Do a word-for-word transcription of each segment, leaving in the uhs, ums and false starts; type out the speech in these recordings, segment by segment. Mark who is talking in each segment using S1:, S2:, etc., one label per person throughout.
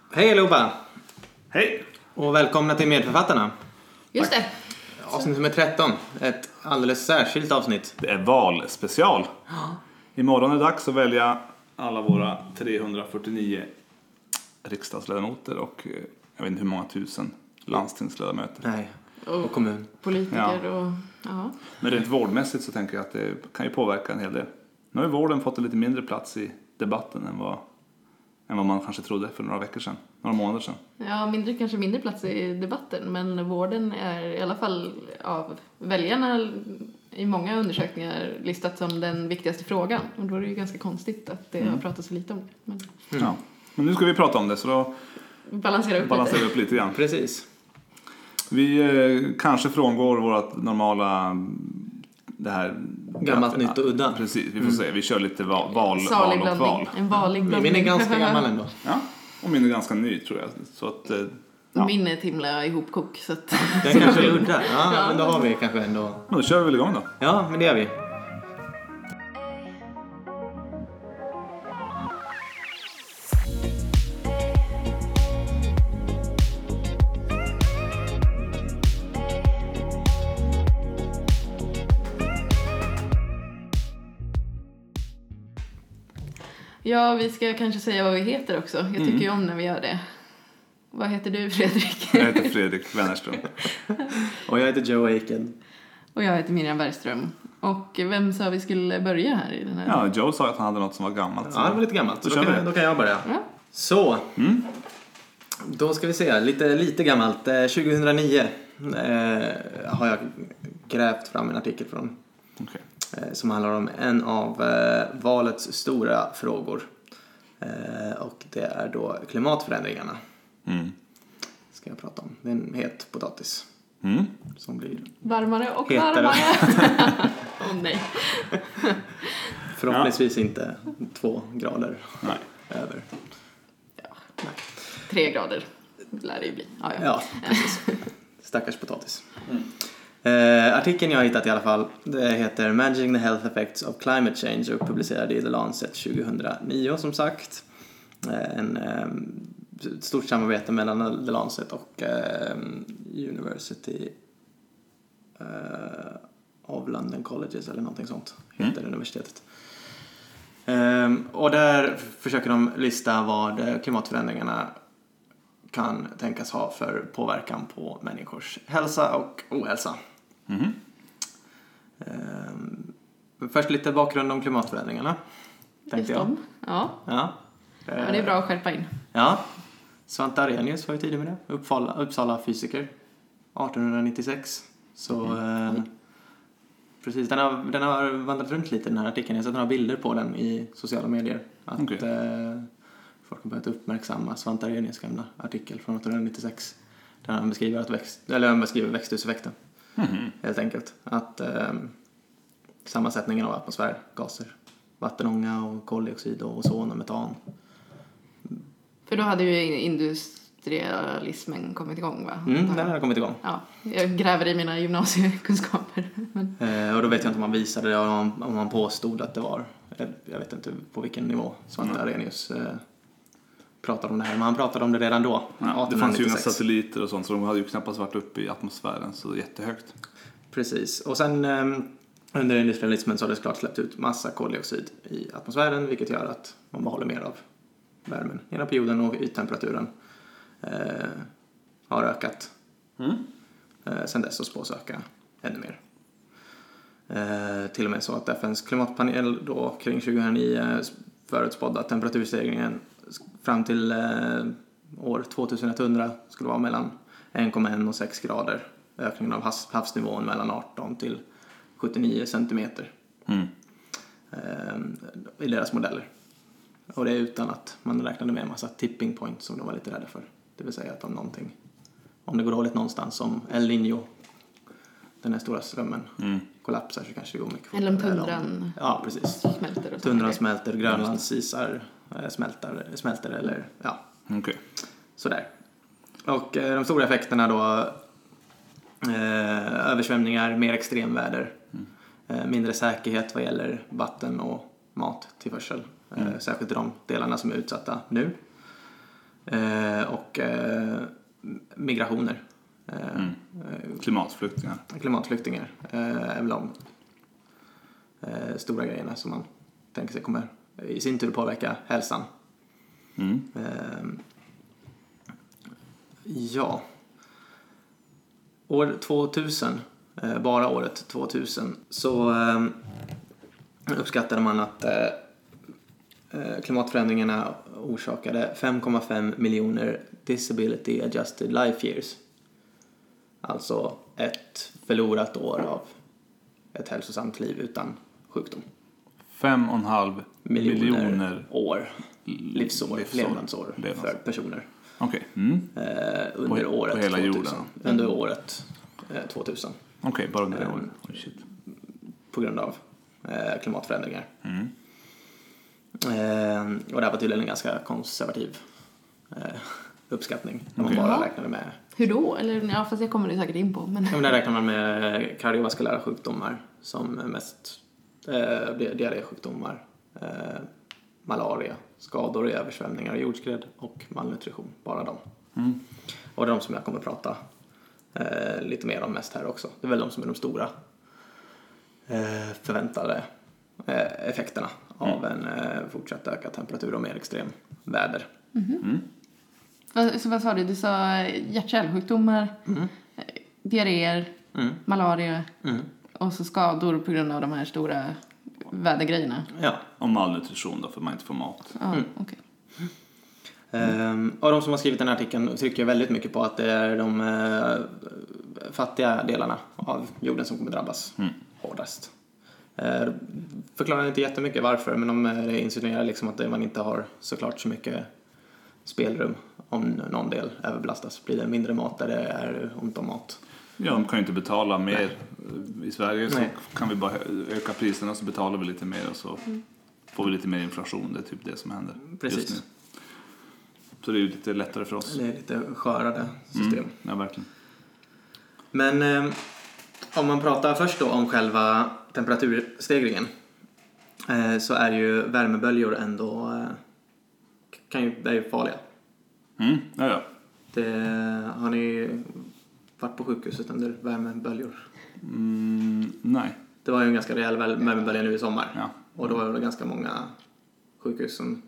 S1: Hej allihopa!
S2: Hej!
S1: Och välkomna till Medförfattarna.
S3: Just det.
S1: Avsnitt nummer tretton. Ett alldeles särskilt avsnitt.
S2: Det är valspecial. Ja. Imorgon är det dags att välja alla våra trehundrafyrtionio riksdagsledamöter och jag vet inte hur många tusen landstingsledamöter.
S1: Nej, och kommun.
S3: Politiker
S2: Ja.
S3: och... Ja.
S2: Men rent vårdmässigt så tänker jag att det kan ju påverka en hel del. Nu har ju vården fått en lite mindre plats i debatten än vad, än vad man kanske trodde för några veckor sedan. Några månader sedan.
S3: Ja, mindre, kanske mindre plats i debatten, men vården är i alla fall av väljarna i många undersökningar listat som den viktigaste frågan. Och då är det ju ganska konstigt att det mm. har pratats så lite om det. Men...
S2: Mm. Ja. Men nu ska vi prata om det, så då
S3: balansera upp
S2: balanserar
S3: lite.
S2: upp lite grann.
S1: Precis.
S2: Vi eh, kanske frångår vårt normala... Det här
S1: gammalt, nytt och udda.
S2: Precis, vi får mm. se. Vi kör lite val, val,
S3: Salig
S2: val och
S3: blandning.
S2: val.
S3: En valig blandning.
S1: Min är ganska gammal ändå.
S2: Ja, och min är ganska ny tror jag. Så att,
S3: ja. Min är ett himla ihopkok. Så att...
S1: Det är kanske udda. Ja, ja, men då har vi kanske ändå...
S2: Men då kör vi väl igång då.
S1: Ja, men det gör vi.
S3: Ja, vi ska kanske säga vad vi heter också. Jag tycker mm. ju om när vi gör det. Vad heter du, Fredrik?
S2: Jag heter Fredrik Wennerström.
S1: Och jag heter Joe Aiken.
S3: Och jag heter Miriam Bergström. Och vem sa vi skulle börja här i den här?
S2: Ja, Joe sa att han hade något som var gammalt.
S1: Så... Ja, det var lite gammalt. Så då, kan, då kan jag börja.
S3: Ja.
S1: Så,
S2: mm.
S1: då ska vi se. Lite, lite gammalt. tjugohundranio eh, har jag grävt fram en artikel från.
S2: Okej.
S1: Som handlar om en av eh, valets stora frågor. Eh, och det är då klimatförändringarna.
S2: Mm.
S1: Ska jag prata om. Det är en het potatis.
S2: Mm.
S1: Som blir
S3: varmare och
S1: hetare.
S3: varmare. Åh oh, nej.
S1: Förhoppningsvis ja. Inte två grader
S2: nej.
S1: Över.
S3: Ja. Nej. Tre grader lär det ju bli. Ah, ja,
S1: ja precis. Stackars potatis. Mm. Uh, artikeln jag har hittat i alla fall, det heter Managing the Health Effects of Climate Change och publicerad i The Lancet tjugohundranio som sagt. Uh, en um, stort samarbete mellan The Lancet och um, University uh, of London Colleges eller någonting sånt heter mm. universitetet. Um, och där försöker de lista vad klimatförändringarna kan tänkas ha för påverkan på människors hälsa och ohälsa.
S2: Mm.
S1: Um, först lite bakgrund om klimatförändringarna. Tänkte jag.
S3: Ja.
S1: Ja.
S3: Ja, det är bra att skärpa in.
S1: Ja. Svante Arrhenius var ju tidig med det. Uppsala, Uppsala fysiker. artonhundranittiosex. Så mm. eh, precis, den har, den har vandrat runt lite den här artikeln. Jag har sett några bilder på den i sociala medier. Att okay. eh, folk har börjat uppmärksamma Svante Arrhenius gamla artikel från artonhundranittiosex. Där han beskriver, att växt, eller han beskriver växthuseffekten. Mm-hmm. Helt enkelt. Att eh, sammansättningen av atmosfärgaser, vattenånga och koldioxid och ozon och metan.
S3: För då hade ju industrialismen kommit igång, va?
S1: Mm, den hade kommit igång.
S3: Ja, jag gräver i mina gymnasiekunskaper. Men...
S1: Eh, och då vet jag inte om man visade det och om, om man påstod att det var, jag vet inte på vilken nivå Svante mm. Arrhenius eh, pratade om det här, men han pratade om det redan då.
S2: Ja, det fanns ju inga satelliter och sånt, så de hade ju knappast varit uppe i atmosfären så jättehögt.
S1: Precis, och sen eh, under industrialismen så har det såklart släppt ut massa koldioxid i atmosfären, vilket gör att man behåller mer av värmen genom perioden och yttemperaturen eh, har ökat. Mm. Eh, sen dess så spås öka ännu mer. Eh, till och med så att F N:s klimatpanel då kring tjugohundranio förutspådde att temperaturstegringen fram till eh, år tjugohundra skulle vara mellan en komma ett och sex grader. Ökningen av havs, havsnivån mellan arton till sjuttionio centimeter. Mm. Eh, i deras modeller. Och det är utan att man räknade med en massa tipping points som de var lite rädda för. Det vill säga att om någonting, om det går dåligt någonstans som El Niño, den här stora strömmen, mm. kollapsar så kanske det går mycket fortare.
S3: Eller om tundran
S1: ja, precis.
S3: smälter. Och
S1: tundran smälter, Grönlandsisar smälter, smälter eller ja.
S2: Okay.
S1: Sådär. Och eh, de stora effekterna då, eh, översvämningar, mer extremväder, mm. eh, mindre säkerhet vad gäller vatten och mattillförsel. Mm. Eh, särskilt i de delarna som är utsatta nu. Eh, och eh, migrationer. Eh,
S2: Mm. Klimatflyktingar.
S1: Klimatflyktingar eh, är väl de eh, stora grejerna som man tänker sig kommer i sin tur påverka hälsan.
S2: Mm.
S1: Eh, ja. År tvåtusen, eh, bara året tvåtusen, så eh, uppskattade man att eh, klimatförändringarna orsakade fem komma fem miljoner disability adjusted life years. Alltså ett förlorat år av ett hälsosamt liv utan sjukdom.
S2: Fem och en halv miljoner, miljoner
S1: år, livsår,
S2: livsår,
S1: levnadsår
S2: levnadsår.
S1: för personer.
S2: Okej. Okay. Mm.
S1: Eh, under
S2: på,
S1: året
S2: på hela
S1: tvåtusen.
S2: jorden.
S1: Under året eh, tvåtusen.
S2: Okej, okay, bara under det
S1: eh,
S2: året. Oh, shit.
S1: På grund av eh, klimatförändringar.
S2: Mm.
S1: Eh, och det här var tydligen en ganska konservativ eh, uppskattning. Där
S2: Okay.
S1: man bara
S3: Ja.
S1: räknade med...
S3: Hur då? Eller, ja, fast jag kommer det säkert in på. Men...
S1: Ja, men där räknar man med kardiovaskulära sjukdomar som mest eh, diarrésjukdomar, eh, malaria, skador i översvämningar, jordskred och malnutrition. Bara de.
S2: Mm.
S1: Och de som jag kommer att prata eh, lite mer om mest här också. Det är väl de som är de stora eh, förväntade eh, effekterna
S2: Mm.
S1: av en eh, fortsatt ökad temperatur och mer extrem väder.
S3: Mm-hmm.
S2: Mm.
S3: Vad- Så vad sa du? Du sa hjärt-kärlsjukdomar,
S1: Mm.
S3: diarréer,
S1: Mm.
S3: malaria
S1: Mm.
S3: och så skador på grund av de här stora vädergrejerna.
S1: Ja.
S2: Och malnutrition då, för man inte får mat.
S3: Ja,
S1: Mm.
S3: okej.
S1: Um, och de som har skrivit den här artikeln trycker väldigt mycket på att det är de uh, fattiga delarna av jorden som kommer drabbas
S2: Mm.
S1: hårdast. Uh, förklarar inte jättemycket varför, men de uh, insinuerar liksom att man inte har såklart så mycket spelrum om någon del överbelastas. Blir det mindre mat där det är ont om mat?
S2: Ja, de kan ju inte betala mer. I Sverige så
S1: Nej.
S2: kan vi bara öka priserna, så betalar vi lite mer och så får vi lite mer inflation. Det är typ det som händer
S1: Precis.
S2: just nu. Så det är ju lite lättare för oss.
S1: Det är lite skörade system.
S2: Mm. Ja, verkligen.
S1: Men eh, om man pratar först då om själva temperaturstegringen eh, så är ju värmeböljor ändå eh, kan ju, är ju farliga.
S2: Mm. Ja, ja.
S1: Det, har ni varit på sjukhuset under värmeböljor?
S2: Mm, nej.
S1: Det var ju en ganska rejäl värmebölja nu i sommar.
S2: Ja.
S1: Och då var det ganska många sjukhus som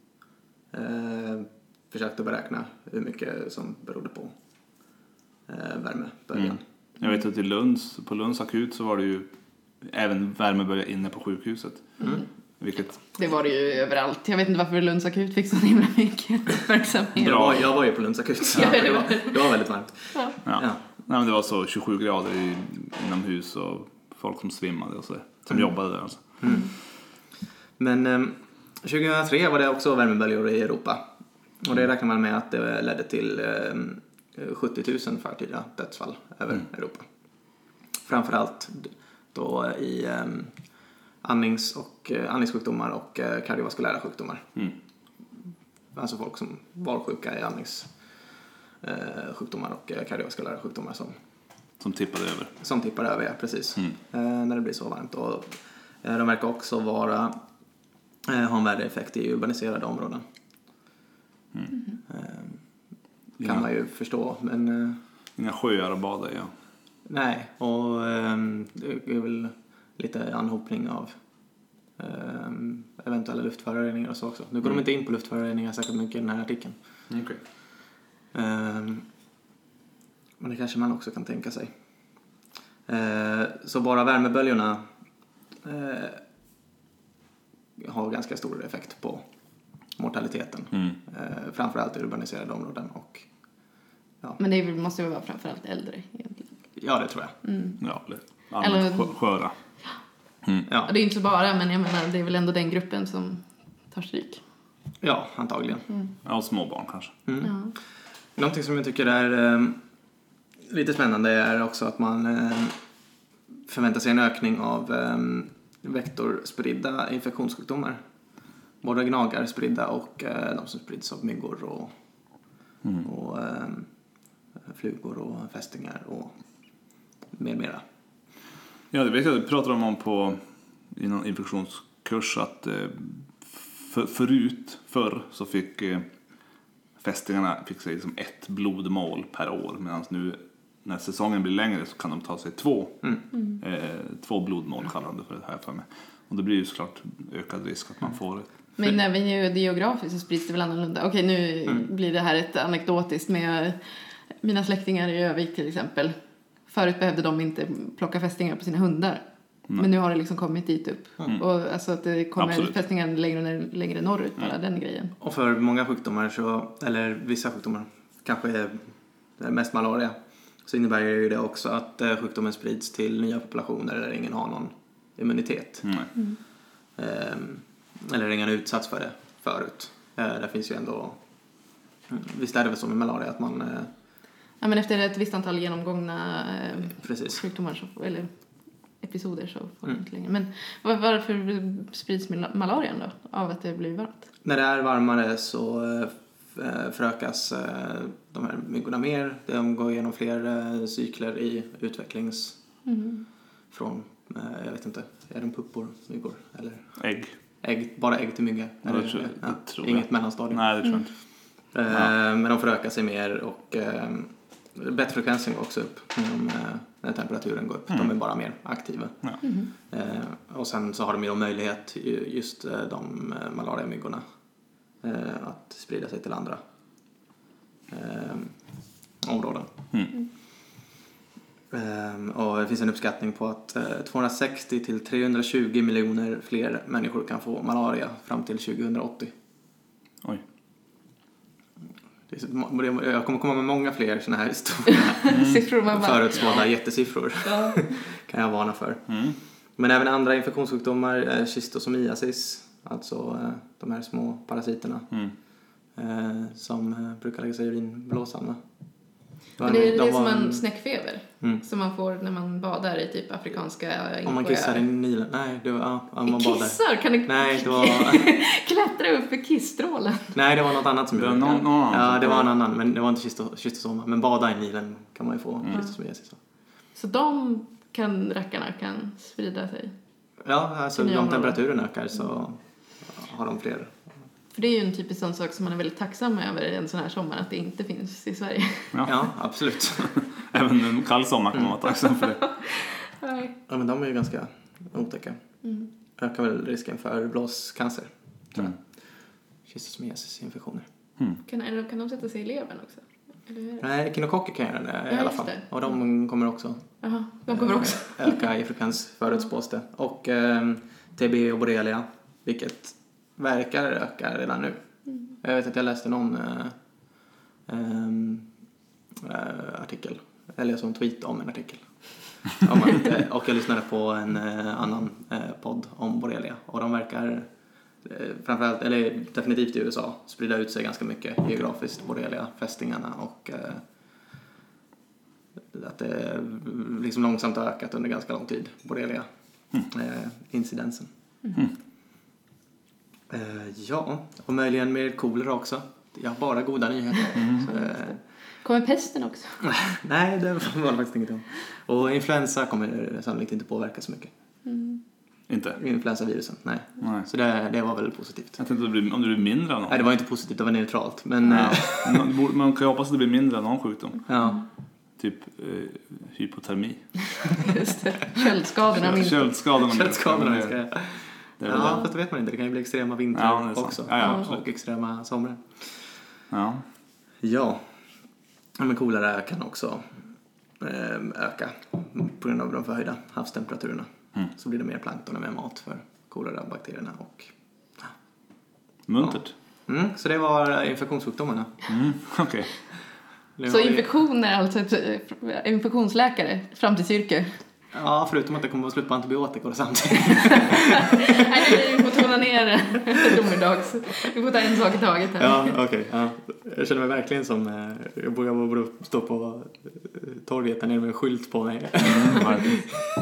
S1: eh, försökte beräkna hur mycket som berodde på eh, värmeböljan.
S2: Mm. Jag vet att i Lunds, på Lunds akut så var det ju även värmebölja inne på sjukhuset.
S1: Mm.
S2: Vilket,
S3: Det var det ju överallt. Jag vet inte varför Lunds akut fick så himla mycket verksamhet.
S1: Jag var, jag var ju på Lunds akut. Så
S3: Ja, det
S1: det,
S3: var-
S1: var, det var väldigt varmt.
S3: Ja.
S2: ja.
S1: Ja.
S2: Nej, men det var så tjugosju grader i, inomhus och folk som svimmade och så. Som
S1: Mm.
S2: jobbade där alltså.
S1: Mm. Men eh, tjugohundratre var det också värmeböljor i Europa. Och det räknar man med att det ledde till eh, sjuttio tusen förtida dödsfall över
S2: Mm.
S1: Europa. Framförallt då i eh, andnings och, eh, andningssjukdomar och eh, kardiovaskulära sjukdomar.
S2: Mm.
S1: Alltså folk som var sjuka i andningssjukdomar eh, sjukdomar och eh, kardiovaskulära sjukdomar som,
S2: Som tippade över.
S1: som tippar över, ja, precis.
S2: Mm.
S1: Eh, när det blir så varmt. Och eh, de verkar också vara, eh, ha en värre effekt i urbaniserade områden.
S2: Mm.
S1: Eh, kan
S2: Ja.
S1: man ju förstå, men eh,
S2: Inga sjöar att bada i. Ja.
S1: nej. Och eh, det är väl lite anhopning av eh, eventuella luftföroreningar och så också. Nu går
S2: Mm.
S1: de inte in på luftföroreningar särskilt mycket i den här artikeln.
S2: Okay.
S1: Eh, men det kanske man också kan tänka sig. Eh, så bara värmeböljorna eh, har ganska stor effekt på mortaliteten.
S2: Mm.
S1: Eh, framförallt i urbaniserade områden. Och,
S3: Men det är väl- måste ju vara framförallt äldre egentligen.
S1: ja, det tror jag.
S3: Mm.
S2: Ja, eller allmänt
S3: Eller-
S2: skö- sköra. Mm.
S1: Ja,
S3: Ja, det är inte så bara, men jag menar, det är väl ändå den gruppen som tar stryk.
S1: ja antagligen.
S2: Ja, och småbarn kanske.
S1: Mm.
S3: Ja.
S1: Någonting som jag tycker är eh, lite spännande är också att man eh, förväntar sig en ökning av eh, vektorspridda infektionssjukdomar. Både gnagarspridda och eh, de som sprids av myggor och,
S2: Mm.
S1: och eh, flugor och fästingar och med mera.
S2: Ja, det vet jag. Det pratade de om på i någon infektionskurs att eh, för, förut, förr så fick eh, fästingarna fick sig liksom ett blodmål per år. Medan nu när säsongen blir längre så kan de ta sig två. Mm. Eh, två blodmål kallar de det för det här för mig. Och det blir ju såklart ökad risk att man får ett.
S3: Men även geografiskt så sprids det väl annorlunda. Okej, nu mm. blir det här ett anekdotiskt med mina släktingar i Övik till exempel. Förut behövde de inte plocka fästingar på sina hundar. Mm. Men nu har det liksom kommit dit upp. Mm. Och alltså att det kommer Absolut. fästingar längre, längre norrut, bara mm. den grejen.
S1: Och för många sjukdomar, så, eller vissa sjukdomar, kanske är mest malaria, så innebär ju det också att sjukdomen sprids till nya populationer där ingen har någon immunitet. Mm. Mm. Ehm, eller ingen utsatts för det förut. Ehm, det finns ju ändå, visst är det väl som med malaria att man... Eh,
S3: ja, men efter ett visst antal genomgångna eh, sjukdomar så, eller episoder så får man mm. inte längre. Men var, varför sprids malarian då av att det blir varmt?
S1: När det är varmare så eh, förökas eh, de här myggorna mer. De går igenom fler eh, cykler i utvecklings... Mm. Från, eh, jag vet inte, är de puppor, myggor? Eller?
S2: Ägg.
S1: Ägg, bara ägg till mygga.
S2: Ja, det tror, ja, det tror
S1: inget
S2: jag.
S1: mellanstadium.
S2: Nej, det tror jag inte.
S1: Mm. Eh, ja. Men de förökar sig mer och eh, bettfrekvensen går också upp när, de, när temperaturen går upp. Mm. De är bara mer aktiva. Ja. Mm. Eh, och sen så har de ju möjlighet, just de malariamyggorna, eh, att sprida sig till andra eh, områden. Mm. Um, och det finns en uppskattning på att uh, tvåhundrasextio till trehundratjugo miljoner fler människor kan få malaria fram till tjugohundraåttio.
S2: Oj.
S1: Det är så, jag kommer komma med många fler såna här stora
S3: mm.
S1: förutspådda jättesiffror. Ja. Kan jag varna för. Mm. Men även andra infektionssjukdomar, uh, schistosomiasis, alltså uh, de här små parasiterna mm. uh, som uh, brukar lägga sig i urinblåsan.
S3: Men det är de det som en snäckfeber mm. som man får när man badar i typ afrikanska
S1: Om man kissar i Nilen. Nej, det var ja, om man
S3: kissar
S1: badar.
S3: Kan du
S1: Nej, det var
S3: klättra upp för kissstrålen.
S1: Nej, det var något annat som
S2: det var någon, någon
S1: Ja, det var en annan, men det var inte schistosoma, men bada i Nilen kan man ju få mm. schistosomiasis.
S3: Så de kan rackarna kan sprida sig.
S1: Ja, alltså om temperaturen ökar så har de fler.
S3: För det är ju en typisk sån sak som man är väldigt tacksam över en sån här sommar, att det inte finns i Sverige.
S1: Ja, ja absolut.
S2: Även en kall sommar kan man vara tacksam för det.
S3: Nej.
S1: Ja, men de är ju ganska otäcka. Mm. Ökar väl risken för blåscancer, tror jag. Mm. Schistosomiasis-infektioner.
S3: Mm. Kan, kan de sätta sig i levern också? Eller?
S1: Nej, kinokocker kan göra det i
S3: ja,
S1: alla fall.
S3: Det.
S1: Och de mm. kommer också,
S3: Aha, de kommer också.
S1: öka i frekvens förutspås det. Och eh, T B och borrelia, vilket verkar öka redan nu. Mm. Jag vet att jag läste någon äh, äh, artikel, eller jag såg en tweet om en artikel. om att, och jag lyssnade på en äh, annan äh, podd om borrelia. Och de verkar, äh, framförallt, eller definitivt i U S A, sprida ut sig ganska mycket geografiskt, borrelia, fästingarna. Och äh, att det liksom långsamt har ökat under ganska lång tid, borrelia, mm. äh, incidensen. Mm. Uh, ja, och möjligen mer kolera också. Jag har bara goda nyheter. Mm. Så, uh,
S3: kommer pesten också?
S1: Nej, det var faktiskt inget om. Och influensa kommer sannolikt inte påverka så mycket.
S2: Mm. Inte?
S1: Influensavirusen, nej. nej. Så det, det var väl positivt.
S2: Jag tänkte om det blir mindre av någon.
S1: Nej, det var inte positivt, det var neutralt. Men, ja.
S2: man, man kan ju hoppas att det blir mindre av någon sjukdom.
S1: Ja.
S2: Typ eh, hypotermi.
S3: Just det. Köldskadorna minskar.
S2: Köldskadorna
S1: Köldskadorna minskar. Ja, fast det vet man inte. Det kan ju bli extrema vintrar ja, också.
S2: Ja, ja,
S1: och extrema somrar.
S2: Ja.
S1: Ja. Men kolera kan också eh, öka på grund av de förhöjda havstemperaturerna. Mm. Så blir det mer plankton och mer mat för kolera-bakterierna. Och, ja.
S2: Muntert.
S1: Ja. Mm, så det var infektionssjukdomarna.
S2: Mm, okej.
S3: Okay. Så infektion är alltså ett infektionsläkare, framtidsyrke?
S1: Ja, förutom att det kommer att sluta på antibiotika samtidigt.
S3: Nej, vi får tona ner domedags. Vi får ta en sak i taget här.
S1: Ja, okej. Okay, ja. Jag känner mig verkligen som... Jag borde, jag borde stå på torget där nere med en skylt på mig. Mm,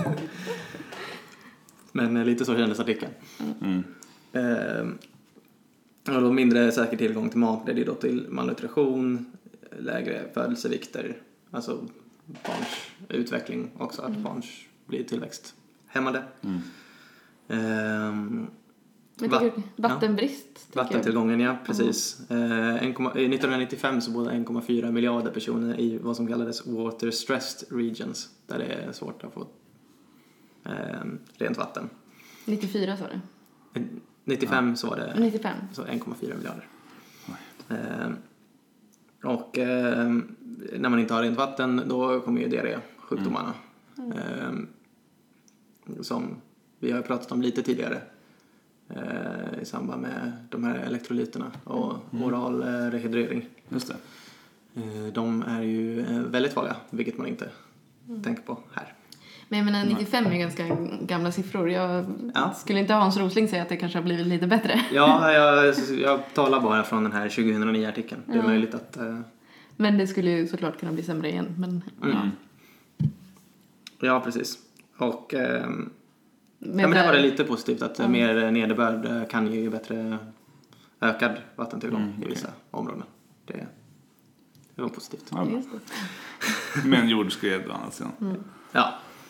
S1: Men lite så kändes artikeln. Mm. Ehm, och då mindre säker tillgång till mat leder ju då till malnutrition, lägre födelsevikter, alltså barns utveckling också, att mm. barns blir tillväxthämmade. Mm. Ehm,
S3: Men
S1: Va-
S3: tycker, vattenbrist.
S1: Ja.
S3: tycker jag.
S1: Vattentillgången, ja, precis. Eh, en, nittonhundranittiofem så bodde en komma fyra miljarder personer i vad som kallades water stressed regions, där det är svårt att få eh, rent vatten.
S3: nittiofyra sa du?
S1: nittiofem ja. Så var det
S3: nittiofem.
S1: Så en komma fyra miljarder. Eh, och eh, när man inte har rent vatten, då kommer ju diarré-sjukdomarna. Mm. Mm. Eh, som vi har pratat om lite tidigare. Eh, i samband med de här elektrolyterna och mm. oral eh, rehydrering.
S2: Just det.
S1: Eh, de är ju eh, väldigt farliga, vilket man inte mm. tänker på här.
S3: Men jag menar, nittiofem är ganska gamla siffror. Jag
S1: ja.
S3: skulle inte Hans Rosling säga att det kanske har blivit lite bättre.
S1: Ja, jag, jag talar bara från den här tjugohundranio-artikeln. Det är ja. möjligt att... Eh...
S3: Men det skulle ju såklart kunna bli sämre igen. Men,
S1: mm. ja. ja, precis. Och... Eh... Men, ja, men det var det lite positivt att mm. mer nederbörd kan ge bättre ökad vattentillgång mm, okay. i vissa områden. Det, det var positivt.
S2: Ja, men jordskred och annat.
S3: Mm.
S1: Ja.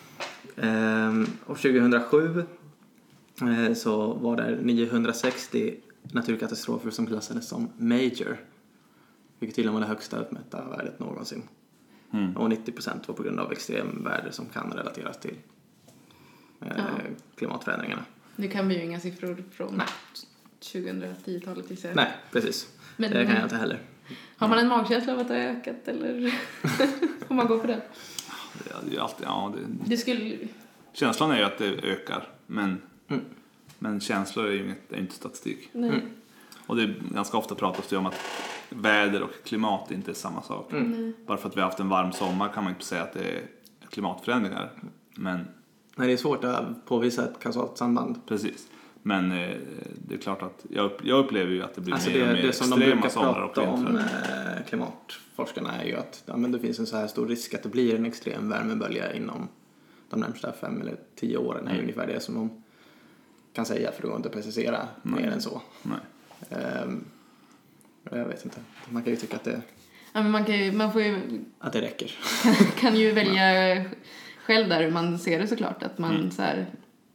S1: Ehm, och tjugohundrasju eh, så var det niohundrasextio naturkatastrofer som klassades som major. Vilket tydligen var det högsta uppmätta värdet någonsin. Mm. Och nittio procent var på grund av extremvärden som kan relateras till Ja. klimatförändringarna.
S3: Nu kan vi ju inga siffror från tjugohundratio-talet i sig.
S1: Nej, precis. Men, det kan jag inte heller.
S3: Har man en magkänsla av att det har ökat eller får man gå på det?
S2: Ja, det är alltid, ja, det...
S3: det skulle...
S2: Känslan är ju att det ökar, men,
S1: mm.
S2: men känslor är ju inget, är inte statistik.
S3: Nej. Mm.
S2: Och det är ganska ofta pratas det om att väder och klimat inte är samma sak.
S1: Mm.
S2: Bara för att vi har haft en varm sommar kan man inte säga att det är klimatförändringar, men
S1: Nej, det är svårt att påvisa ett kausalt samband.
S2: Precis. Men eh, det är klart att jag, upp, jag upplever ju att det blir
S1: alltså
S2: mer
S1: det,
S2: och mer
S1: det som de brukar prata om eh, klimatforskarna är ju att ja, men det finns en så här stor risk att det blir en extrem värmebölja inom de närmsta fem eller tio åren. Mm. är ungefär det som de kan säga, för det går inte att precisera
S2: Nej.
S1: mer än så.
S2: Nej.
S1: Um, jag vet inte. Man kan ju tycka att det,
S3: ja, men man, kan ju, man får ju,
S1: att det räcker.
S3: kan ju välja ja. själv där hur man ser det såklart. Att man
S2: mm.
S3: så här,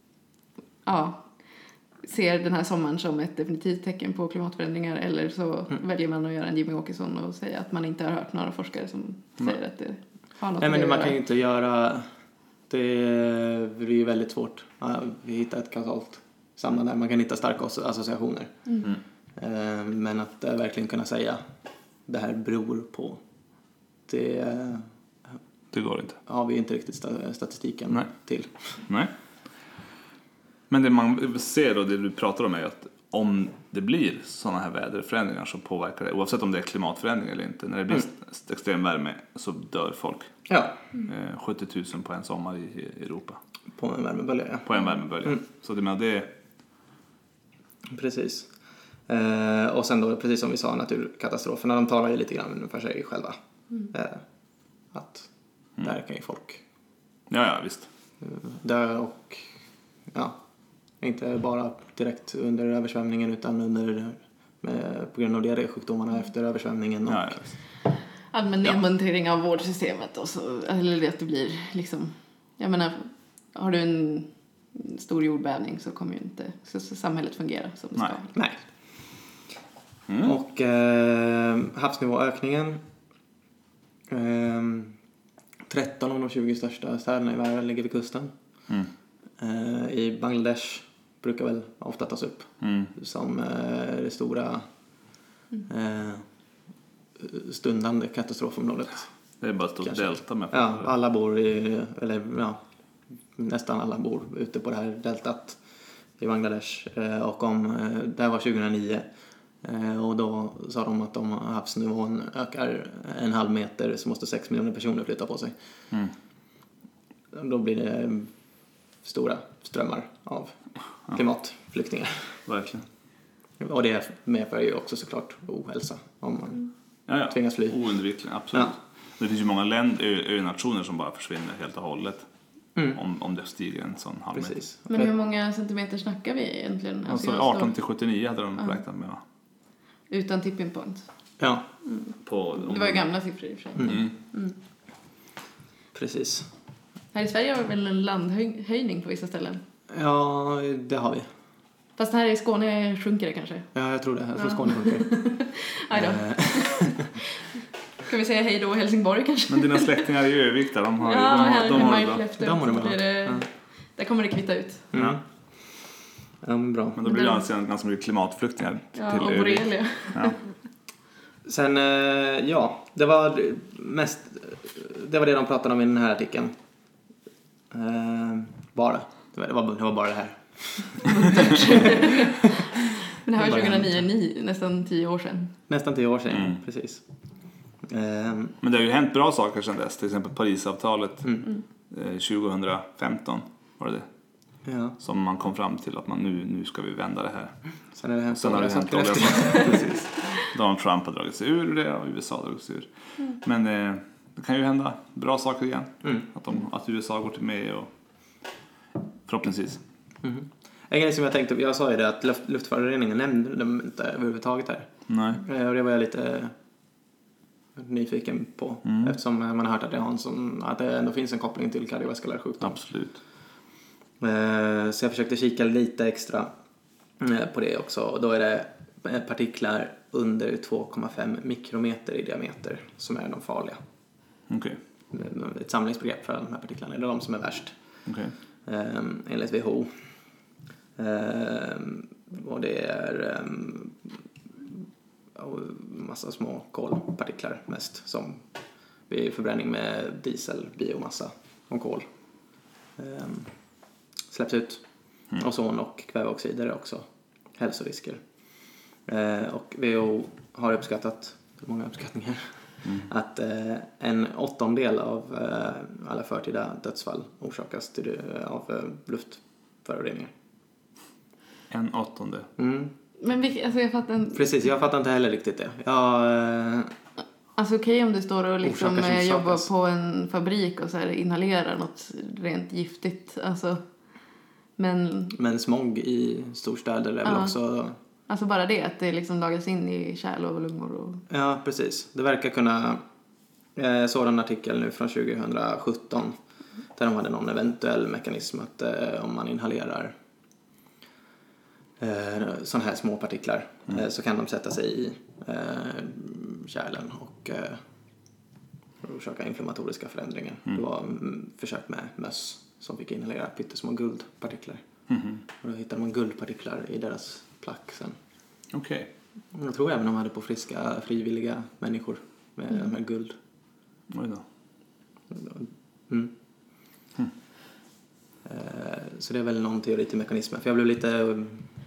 S3: ja, ser den här sommaren som ett definitivt tecken på klimatförändringar. Eller så mm. väljer man att göra en Jimmy Åkesson och säga att man inte har hört några forskare som mm. säger att det har något.
S1: Nej, men
S3: att
S1: man
S3: göra.
S1: kan ju inte göra... Det blir ju väldigt svårt. Vi hittar ett kausalt samband där. Man kan hitta starka associationer.
S3: Mm.
S1: Mm. Men att verkligen kunna säga det här beror på det...
S2: Det går inte.
S1: Har vi inte riktigt statistiken
S2: Nej.
S1: till.
S2: Nej. Men det man ser och det du pratar om är att om det blir sådana här väderförändringar så påverkar det, oavsett om det är klimatförändring eller inte. När det blir mm. extrem värme så dör folk.
S1: Ja.
S2: Mm. sjuttio tusen på en sommar i Europa.
S1: På en värmebölja, ja.
S2: På en värmebölja. Mm. Så det med det...
S1: Precis. Eh, och sen då, precis som vi sa, naturkatastroferna, de talar ju lite grann för sig själva. Mm. Eh, att mm. där kan ju folk
S2: ja, ja, visst.
S1: dö och ja, inte bara direkt under översvämningen utan under med, på grund av diarrésjukdomarna efter översvämningen och
S2: ja, ja.
S3: allmän nedmontering ja. av vårdsystemet och så, eller att det blir liksom, jag menar, har du en stor jordbävning så kommer ju inte så, så samhället fungera som det
S2: Nej.
S3: ska.
S1: Nej.
S2: Mm.
S1: Och eh, havsnivåökningen eh, tretton av de tjugo största städerna i världen ligger vid kusten.
S2: Mm.
S1: Eh, I Bangladesh brukar väl ofta tas upp
S2: mm.
S1: som eh, det stora eh, stundande katastrofområdet.
S2: Det är bara ett stort delta med.
S1: Ja, alla bor i, eller ja, nästan alla bor ute på det här deltat i Bangladesh. Eh, och om, eh, det här var tjugohundranio. Eh, och då sa de att om havsnivån ökar en halv meter så måste sex miljoner personer flytta på sig.
S2: Mm.
S1: Då blir det stora strömmar av klimatflyktingar.
S2: Verkligen.
S1: Och det medför ju också såklart ohälsa om man
S2: ja, ja.
S1: tvingas fly.
S2: Oundvikligen, absolut. Ja. Det finns ju många länder, ö, ö-nationer som bara försvinner helt och hållet. Mm. Om, om det stiger en sån halv meter.
S3: Precis. Men hur många centimeter snackar vi egentligen?
S2: Alltså arton till sjuttionio hade de uh-huh. räknat med, va?
S3: Utan tipping point.
S1: Ja.
S3: Mm.
S2: På,
S3: det var ju gamla siffror i och för sig.
S2: Mm.
S3: Mm.
S1: Precis.
S3: Här i Sverige har vi väl en landhöjning på vissa ställen?
S1: Ja, det har vi.
S3: Fast här i Skåne sjunker det kanske.
S1: Ja, jag tror det. Jag tror
S3: Ja.
S1: Skåne sjunker.
S3: Aj då.
S1: Eh,
S3: Kan vi säga hej då Helsingborg kanske?
S2: Men dina släktingar i Övik där, de har,
S3: Ja,
S2: de har,
S3: här
S2: de har
S3: hemma
S2: det
S3: i
S2: bra.
S3: Skellefteå.
S1: De har det
S3: så
S1: bra.
S3: blir det,
S1: Ja.
S3: Där kommer det kvitta ut.
S1: Mm.
S2: Ja.
S1: Ja, men bra.
S2: Men då blir det alltså ganska mycket klimatflyktingar
S3: Ja,
S2: till
S3: och
S2: Övik.
S3: borrelia.
S2: Ja.
S1: Sen, eh, ja, det var mest, det var det de pratade om i den här artikeln. Eh, bara. Det var, det, var, det var bara det här.
S3: Men det här var
S1: Bara
S3: tjugohundranio, ni, nästan tio år sedan.
S1: Nästan tio år sedan,
S2: Mm.
S1: precis. Eh,
S2: Men det har ju hänt bra saker sedan dess. Till exempel Parisavtalet
S1: Mm.
S2: eh, tjugohundrafemton var det det.
S1: ja,
S2: Som man kom fram till att man nu, nu ska vi vända det här.
S1: sen är det hänt
S2: Sen har det hänt
S1: saker efter
S2: olika
S1: det.
S2: Precis. Donald Trump har dragit sig ur det och U S A har dragit sig ur. Men eh, det kan ju hända bra saker igen.
S1: Mm.
S2: Att, de, att U S A går till med och förhoppningsvis.
S1: Mm. En grej som jag tänkte, jag sa ju det att luft, luftföroreningen nämnde de inte överhuvudtaget här.
S2: Nej.
S1: Eh, Och det var jag lite nyfiken på.
S2: Mm.
S1: Eftersom man har hört att det, har en sån, att det ändå finns en koppling till kardiovaskulär sjukdom.
S2: Absolut.
S1: Eh, Så jag försökte kika lite extra eh, på det också. Och då är det partiklar under två komma fem mikrometer i diameter som är de farliga.
S2: Okej.
S1: Ett samlingsbegrepp för de här partiklarna. Det är de som är värst.
S2: Okej.
S1: eh, enligt W H O. Eh, och det är eh, massa små kolpartiklar mest som vid förbränning med diesel, biomassa och kol eh, släpps ut.
S2: Mm.
S1: Ozon och kväveoxider är också hälsorisker. Eh, och W H O har uppskattat, många uppskattningar,
S2: Mm.
S1: att eh, en åttondel av eh, alla förtida dödsfall orsakas till, av eh, luftföroreningar.
S2: En åttonde.
S1: Mm.
S3: Men vi, alltså jag fattar inte.
S1: Precis, jag fattar inte heller riktigt det. Jag, eh,
S3: Alltså okej okay, om du står och liksom
S1: Orsakar som
S3: eh, jobbar
S1: sakas.
S3: på en fabrik och så här inhalerar något rent giftigt. Alltså, men
S1: men smog i storstäder är väl
S3: Ja.
S1: också...
S3: alltså bara det att det liksom lagras in i kärl och lungor. Och...
S1: Ja, precis. Det verkar kunna... Jag såg en artikel nu från tjugosjutton där de hade någon eventuell mekanism att eh, om man inhalerar eh, sådana här små partiklar
S2: Mm.
S1: eh, så kan de sätta sig i eh, kärlen och eh, orsaka inflammatoriska förändringar.
S2: Mm.
S1: Det var mm, försök med möss som fick inhalera pyttesmå guldpartiklar.
S2: Mhm.
S1: Och då hittade man guldpartiklar i deras plack sen.
S2: Okej.
S1: Jag tror även de hade på friska, frivilliga människor med,
S3: Mm.
S1: med guld.
S2: Oj då.
S1: Mm.
S2: Mm.
S1: Eh, Så det är väl någon teori till mekanismen. För jag blev lite um,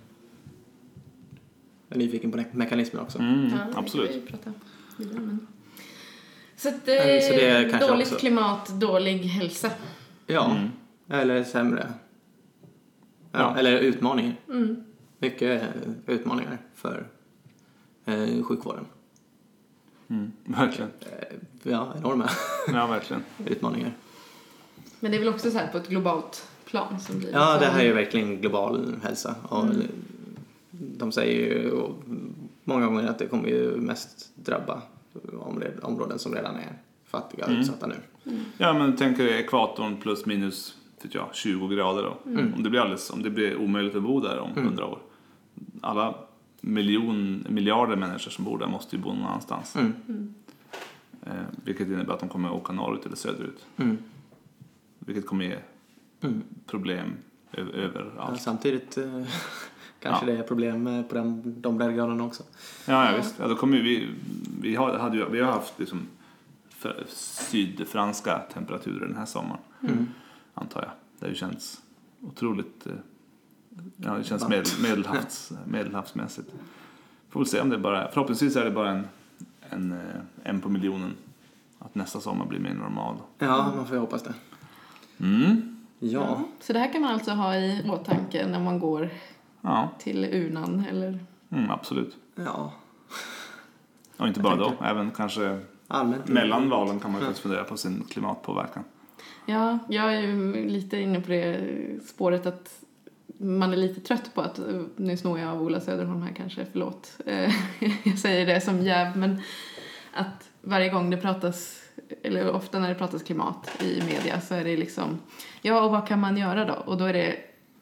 S1: nyfiken på me- mekanismen också.
S2: Mm,
S3: Ja,
S2: absolut.
S3: vi prata vidare, men... Så, att,
S1: Men, så det är
S3: eh,
S1: kanske
S3: dåligt
S1: också-
S3: klimat, dålig hälsa.
S1: Ja,
S2: Mm.
S1: eller sämre. Ja,
S2: Ja.
S1: Eller utmaningar.
S3: Mm.
S1: Mycket eh, utmaningar för eh, sjukvården.
S2: Mm. Verkligen.
S1: Eh, ja, enorma
S2: Ja, verkligen.
S1: utmaningar.
S3: Men det är väl också så här på ett globalt plan som blir
S1: Ja, det
S3: liksom-
S1: här är ju verkligen global hälsa. Och
S3: Mm.
S1: de säger ju många gånger att det kommer ju mest drabba områden, områden som redan är fattiga och
S2: Mm.
S1: utsatta nu.
S2: Ja, men tänk er ekvatorn plus minus vet jag, tjugo grader då.
S1: Mm.
S2: Om det blir alldeles, om det blir omöjligt att bo där om
S1: Mm.
S2: hundra år. Alla miljon, miljarder människor som bor där måste ju bo någon annanstans.
S1: Mm.
S3: Mm.
S2: Eh, vilket innebär att de kommer åka norrut eller söderut.
S1: Mm.
S2: Vilket kommer ge
S1: Mm.
S2: problem ö-
S1: Ja,
S2: överallt.
S1: samtidigt eh, kanske
S2: Ja.
S1: det är problem eh, på den, de breddgraderna också.
S2: Ja, ja visst. Ja, då kommer ju vi, vi, har, hade ju, vi har haft liksom för, sydfranska temperaturer den här sommaren.
S1: Mm.
S2: Antar jag. Det har ju känts otroligt... eh, Ja, det känns
S1: Varmt.
S2: medel, medelhavs, medelhavsmässigt. Får väl se om det bara... Förhoppningsvis är det bara en, en, eh, en på miljonen. Att nästa sommar blir mer normal.
S1: Ja, man får ju hoppas det.
S2: Mm.
S1: Ja.
S3: Så det här kan man alltså ha i åtanke när man går
S2: Ja,
S3: till urnan eller...
S2: mm, absolut.
S1: Ja.
S2: Och inte
S1: Jag
S2: bara då.
S1: tänker-
S2: Även kanske
S1: Allmänt.
S2: mellan valen kan man ju
S1: Ja.
S2: faktiskt fundera på sin klimatpåverkan.
S3: Ja, jag är ju lite inne på det spåret att man är lite trött på att, nu snor jag av Ola Söderholm här kanske, förlåt. Eh, jag säger det som jäv, men att varje gång det pratas, eller ofta när det pratas klimat i media så är det liksom, ja och vad kan man göra då? Och då är det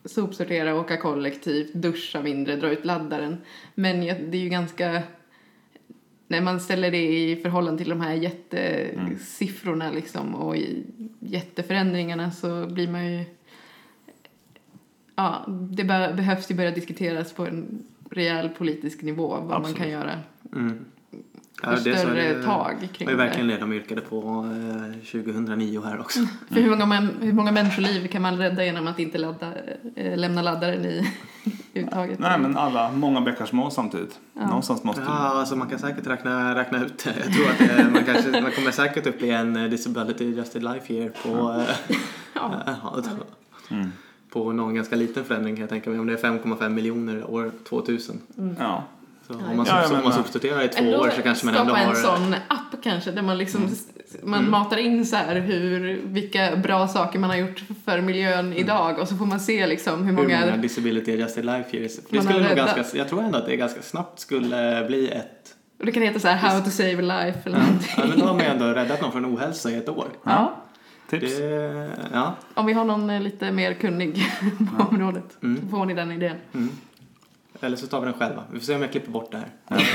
S3: sopsortera, åka kollektivt, duscha mindre, dra ut laddaren. Men det är ju ganska... När man ställer det i förhållande till de här jättesiffrorna liksom, och i jätteförändringarna så blir man ju... Ja, det be- behövs ju börja diskuteras på en rejäl politisk nivå vad Absolut. Man kan göra.
S1: Mm.
S3: Ja, det större det, tag kring
S1: det. Det var verkligen det de yrkade på eh, tjugohundranio här också. Mm.
S3: För hur många, man, hur många människoliv kan man rädda genom att inte ladda, äh, lämna laddaren i uttaget?
S2: Nej, men alla, många bäckar små samtidigt. Ja. Någonstans måste
S1: ja, alltså man kan säkert räkna, räkna ut det. Jag tror att det, man, kanske, man kommer säkert upp i en Disability Adjusted Life Year på, ja. äh, ja. mm. på någon ganska liten förändring kan jag tänka mig. Om det är fem komma fem miljoner år tvåtusen.
S2: Mm. Ja.
S1: Så om man, ja, så, man substituerar i två år så kanske man ändå har...
S3: en sån app kanske där man liksom mm. man mm. matar in så här hur, vilka bra saker man har gjort för miljön mm. idag och så får man se liksom hur många...
S1: Hur många Disability Adjusted Life Years. Det skulle nog ganska, jag tror ändå att det ganska snabbt skulle bli ett...
S3: Och det kan heta så här How to Save a Life eller
S1: ja.
S3: någonting.
S1: Ja, men då har man ändå räddat någon från ohälsa i ett år.
S3: Ja.
S2: Tips.
S1: Det, ja.
S3: Om vi har någon lite mer kunnig på ja. området mm. så får ni den idén.
S1: Mm. Eller så tar vi den själva. Vi får se om jag klipper bort det här.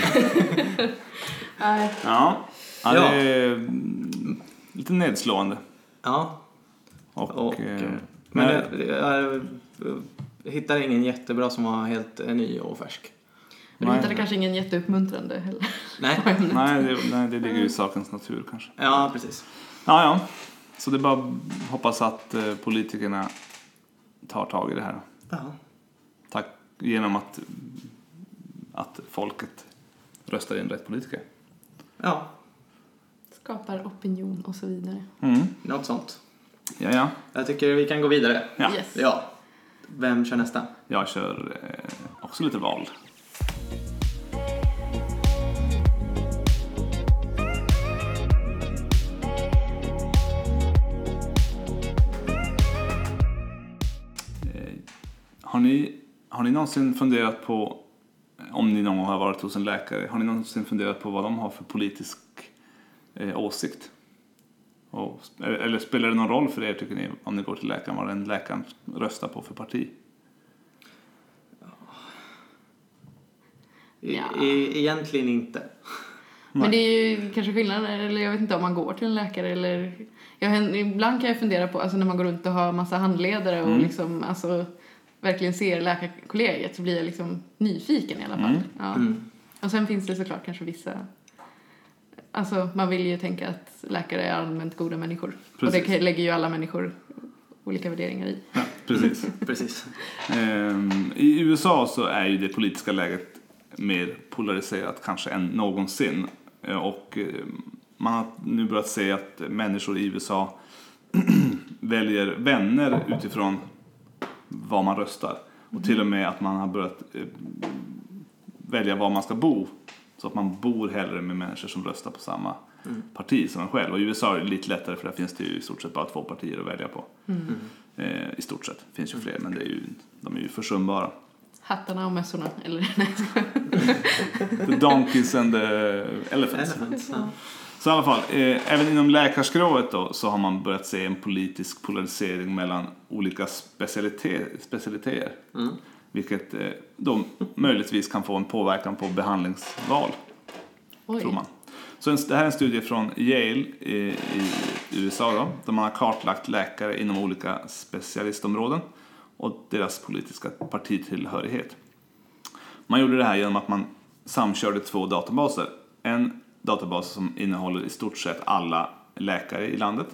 S2: ja. Ja. Ja, det är lite nedslående.
S1: Ja.
S2: Och,
S1: och,
S2: eh,
S1: men jag, jag, jag hittar ingen jättebra som var helt ny och färsk.
S3: Men du hittade kanske ingen jätteuppmuntrande heller.
S1: Nej.
S2: nej, det, nej, det ligger i sakens natur kanske.
S1: Ja, precis.
S2: Ja, ja. Så det är bara hoppas att eh, politikerna tar tag i det här.
S1: Ja.
S2: Tack. Genom att, att folket röstar in rätt politiker.
S1: Ja.
S3: Skapar opinion och så vidare.
S2: Mm.
S1: Något sånt.
S2: Ja, ja.
S1: Jag tycker vi kan gå vidare.
S2: Ja.
S3: Yes.
S1: Ja. Vem kör nästa?
S2: Jag kör eh, också lite val. Eh, har ni Har ni någonsin funderat på, om ni någon gång har varit hos en läkare, har ni någonsin funderat på vad de har för politisk eh, åsikt? Och, eller spelar det någon roll för er, tycker ni, om ni går till läkaren, vad den läkaren röstar på för parti?
S1: Ja. E- egentligen inte.
S3: Men det är ju kanske skillnad, eller jag vet inte om man går till en läkare eller... Jag, ibland kan jag fundera på, alltså när man går runt och har massa handledare och mm. liksom, alltså... verkligen ser läkarkollegiet så blir jag liksom nyfiken i alla fall.
S2: Mm.
S3: Ja.
S1: Mm.
S3: Och sen finns det såklart kanske vissa... Alltså man vill ju tänka att läkare är allmänt goda människor. Precis. Och det lägger ju alla människor olika värderingar i.
S2: Ja, precis.
S1: precis.
S2: Um, I U S A så är ju det politiska läget mer polariserat kanske än någonsin. Och man har nu börjat se att människor i U S A väljer vänner utifrån var man röstar. Och till och med att man har börjat eh, välja var man ska bo. Så att man bor hellre med människor som röstar på samma mm. parti som en själv. Och i U S A är det lite lättare för där finns det ju i stort sett bara två partier att välja på. Mm. Eh, I stort sett. Det finns ju fler men det är ju, de är ju försumbara.
S3: Hattarna och mössorna. Eller nej.
S2: The donkeys and the elephants.
S1: elephants ja.
S2: Så i alla fall, eh, även inom läkarskrået då, så har man börjat se en politisk polarisering mellan olika specialiteter. specialiteter mm. Vilket eh, då möjligtvis kan få en påverkan på behandlingsval. Oj. Tror man. Så en, det här är en studie från Yale i, i U S A då, där man har kartlagt läkare inom olika specialistområden och deras politiska partitillhörighet. Man gjorde det här genom att man samkörde två databaser. En databas som innehåller i stort sett alla läkare i landet.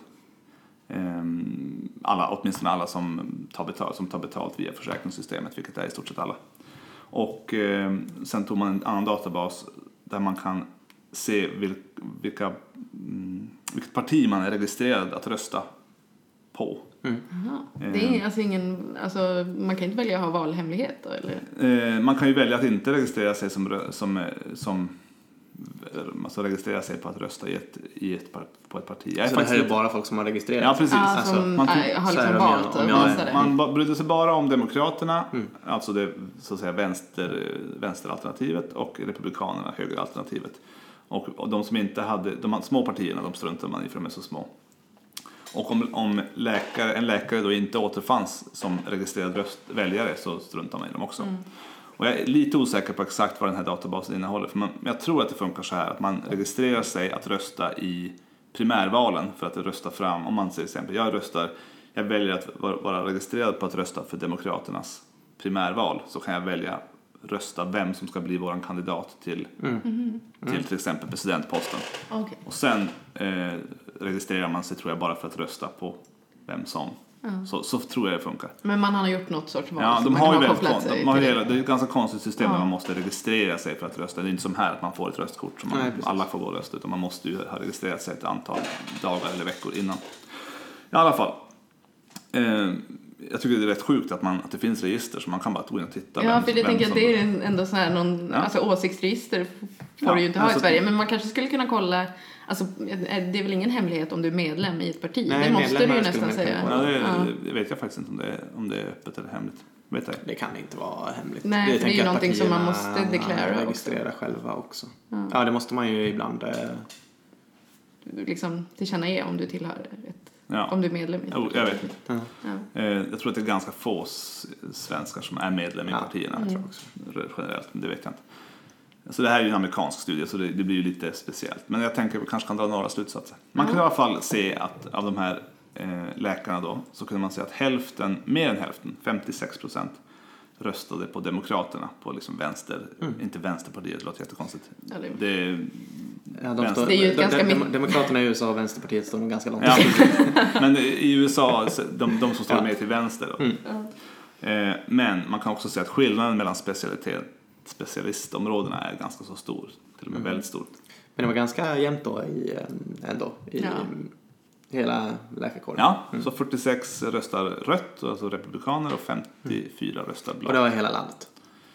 S2: Alla, åtminstone alla som tar betalt, som tar betalt via försäkringssystemet, vilket är i stort sett alla. Och eh, sen tog man en annan databas där man kan se vil, vilka, mm, vilket parti man är registrerad att rösta på.
S3: Mm. Det är alltså ingen, alltså, man kan inte välja att ha valhemlighet då, eller?
S2: Eh, man kan ju välja att inte registrera sig som, som, som alltså registrera sig på att rösta i ett, i ett, på ett parti.
S1: Jag är så det här är bara folk som har registrerat?
S2: Ja, precis.
S3: Ah,
S2: alltså,
S3: som,
S2: man tog,
S3: äh, har liksom valt
S1: om jag, om jag
S2: man, man brydde sig bara om demokraterna,
S1: mm.
S2: alltså det så att säga vänster, vänsteralternativet, och republikanerna, högeralternativet. Och, och de som inte hade, de små partierna, de struntar man i för de är så små. Och om, om läkare, en läkare då inte återfanns som registrerad röst, väljare så struntar man i dem också. Mm. Och jag är lite osäker på exakt vad den här databasen innehåller. För man, jag tror att det funkar så här att man registrerar sig att rösta i primärvalen för att rösta fram. Om man säger till exempel, jag röstar, jag väljer att vara registrerad på att rösta för Demokraternas primärval. Så kan jag välja rösta vem som ska bli våran kandidat till mm. Mm. till till exempel presidentposten.
S3: Okay.
S2: Och sen eh, registrerar man sig tror jag bara för att rösta på vem som. Mm. Så, så tror jag det funkar.
S3: Men man har gjort något sorts val.
S2: Ja, de har ju väldigt kon- de har
S3: det.
S2: det är ett ganska konstigt system
S3: ja.
S2: där man måste registrera sig för att rösta. Det är inte som här att man får ett röstkort som man,
S1: Nej,
S2: alla får gå och rösta, utan man måste ju ha registrerat sig ett antal dagar eller veckor innan. I alla fall. Eh, jag tycker det är rätt sjukt att, man, att det finns register så man kan bara gå in och titta.
S3: Ja,
S2: vem,
S3: för jag tänker
S2: som,
S3: att det är ändå så här någon, ja. alltså åsiktsregister får ja, du ju inte ha alltså, i Sverige. Men man kanske skulle kunna kolla, alltså det är väl ingen hemlighet om du är medlem i ett parti.
S1: Nej,
S3: det måste du ju nästan säga.
S2: Ja, det, ja. det vet jag faktiskt inte om det är, om det är öppet eller hemligt. Vet jag.
S1: Det kan inte vara hemligt.
S3: Nej,
S1: det,
S3: för det är ju någonting som man måste deklarera
S1: registrera
S3: också.
S1: själva också. Ja. ja, det måste man ju ibland. Eh...
S3: Liksom tillkännage om du tillhör ett.
S2: Ja.
S3: Om du är medlem i
S2: oh, jag vet inte.
S1: Ja.
S3: Ja.
S2: Jag tror att det är ganska få svenskar som är medlem i
S1: ja.
S2: partierna.
S3: Mm.
S2: Jag tror också. Generellt, men det vet jag inte. Så det här är ju en amerikansk studie så det, det blir ju lite speciellt. Men jag tänker att vi kanske kan dra några slutsatser. Man kan mm. i alla fall se att av de här eh, läkarna då så kunde man se att hälften, mer än hälften, femtiosex procent röstade på Demokraterna, på liksom vänster, mm. inte Vänsterpartiet, det låter jättekonstigt.
S3: Ja, det är...
S2: Det,
S1: ja, de står,
S3: det är ju ett
S1: de,
S3: ganska
S1: de, de, Demokraterna i U S A och Vänsterpartiet står nog ganska långt.
S2: Ja, men i U S A, de, de som står ja. med till vänster då.
S1: Mm.
S2: Eh, men man kan också se att skillnaden mellan specialitet, specialistområdena är ganska så stor, till och med mm. väldigt stor. Men
S1: det var ganska jämnt då i, ändå, i ja. hela läkarkåren.
S2: Ja, mm. så fyrtiosex röstar rött, alltså republikaner, och femtiofyra mm. röstar blå.
S1: Och det var hela landet?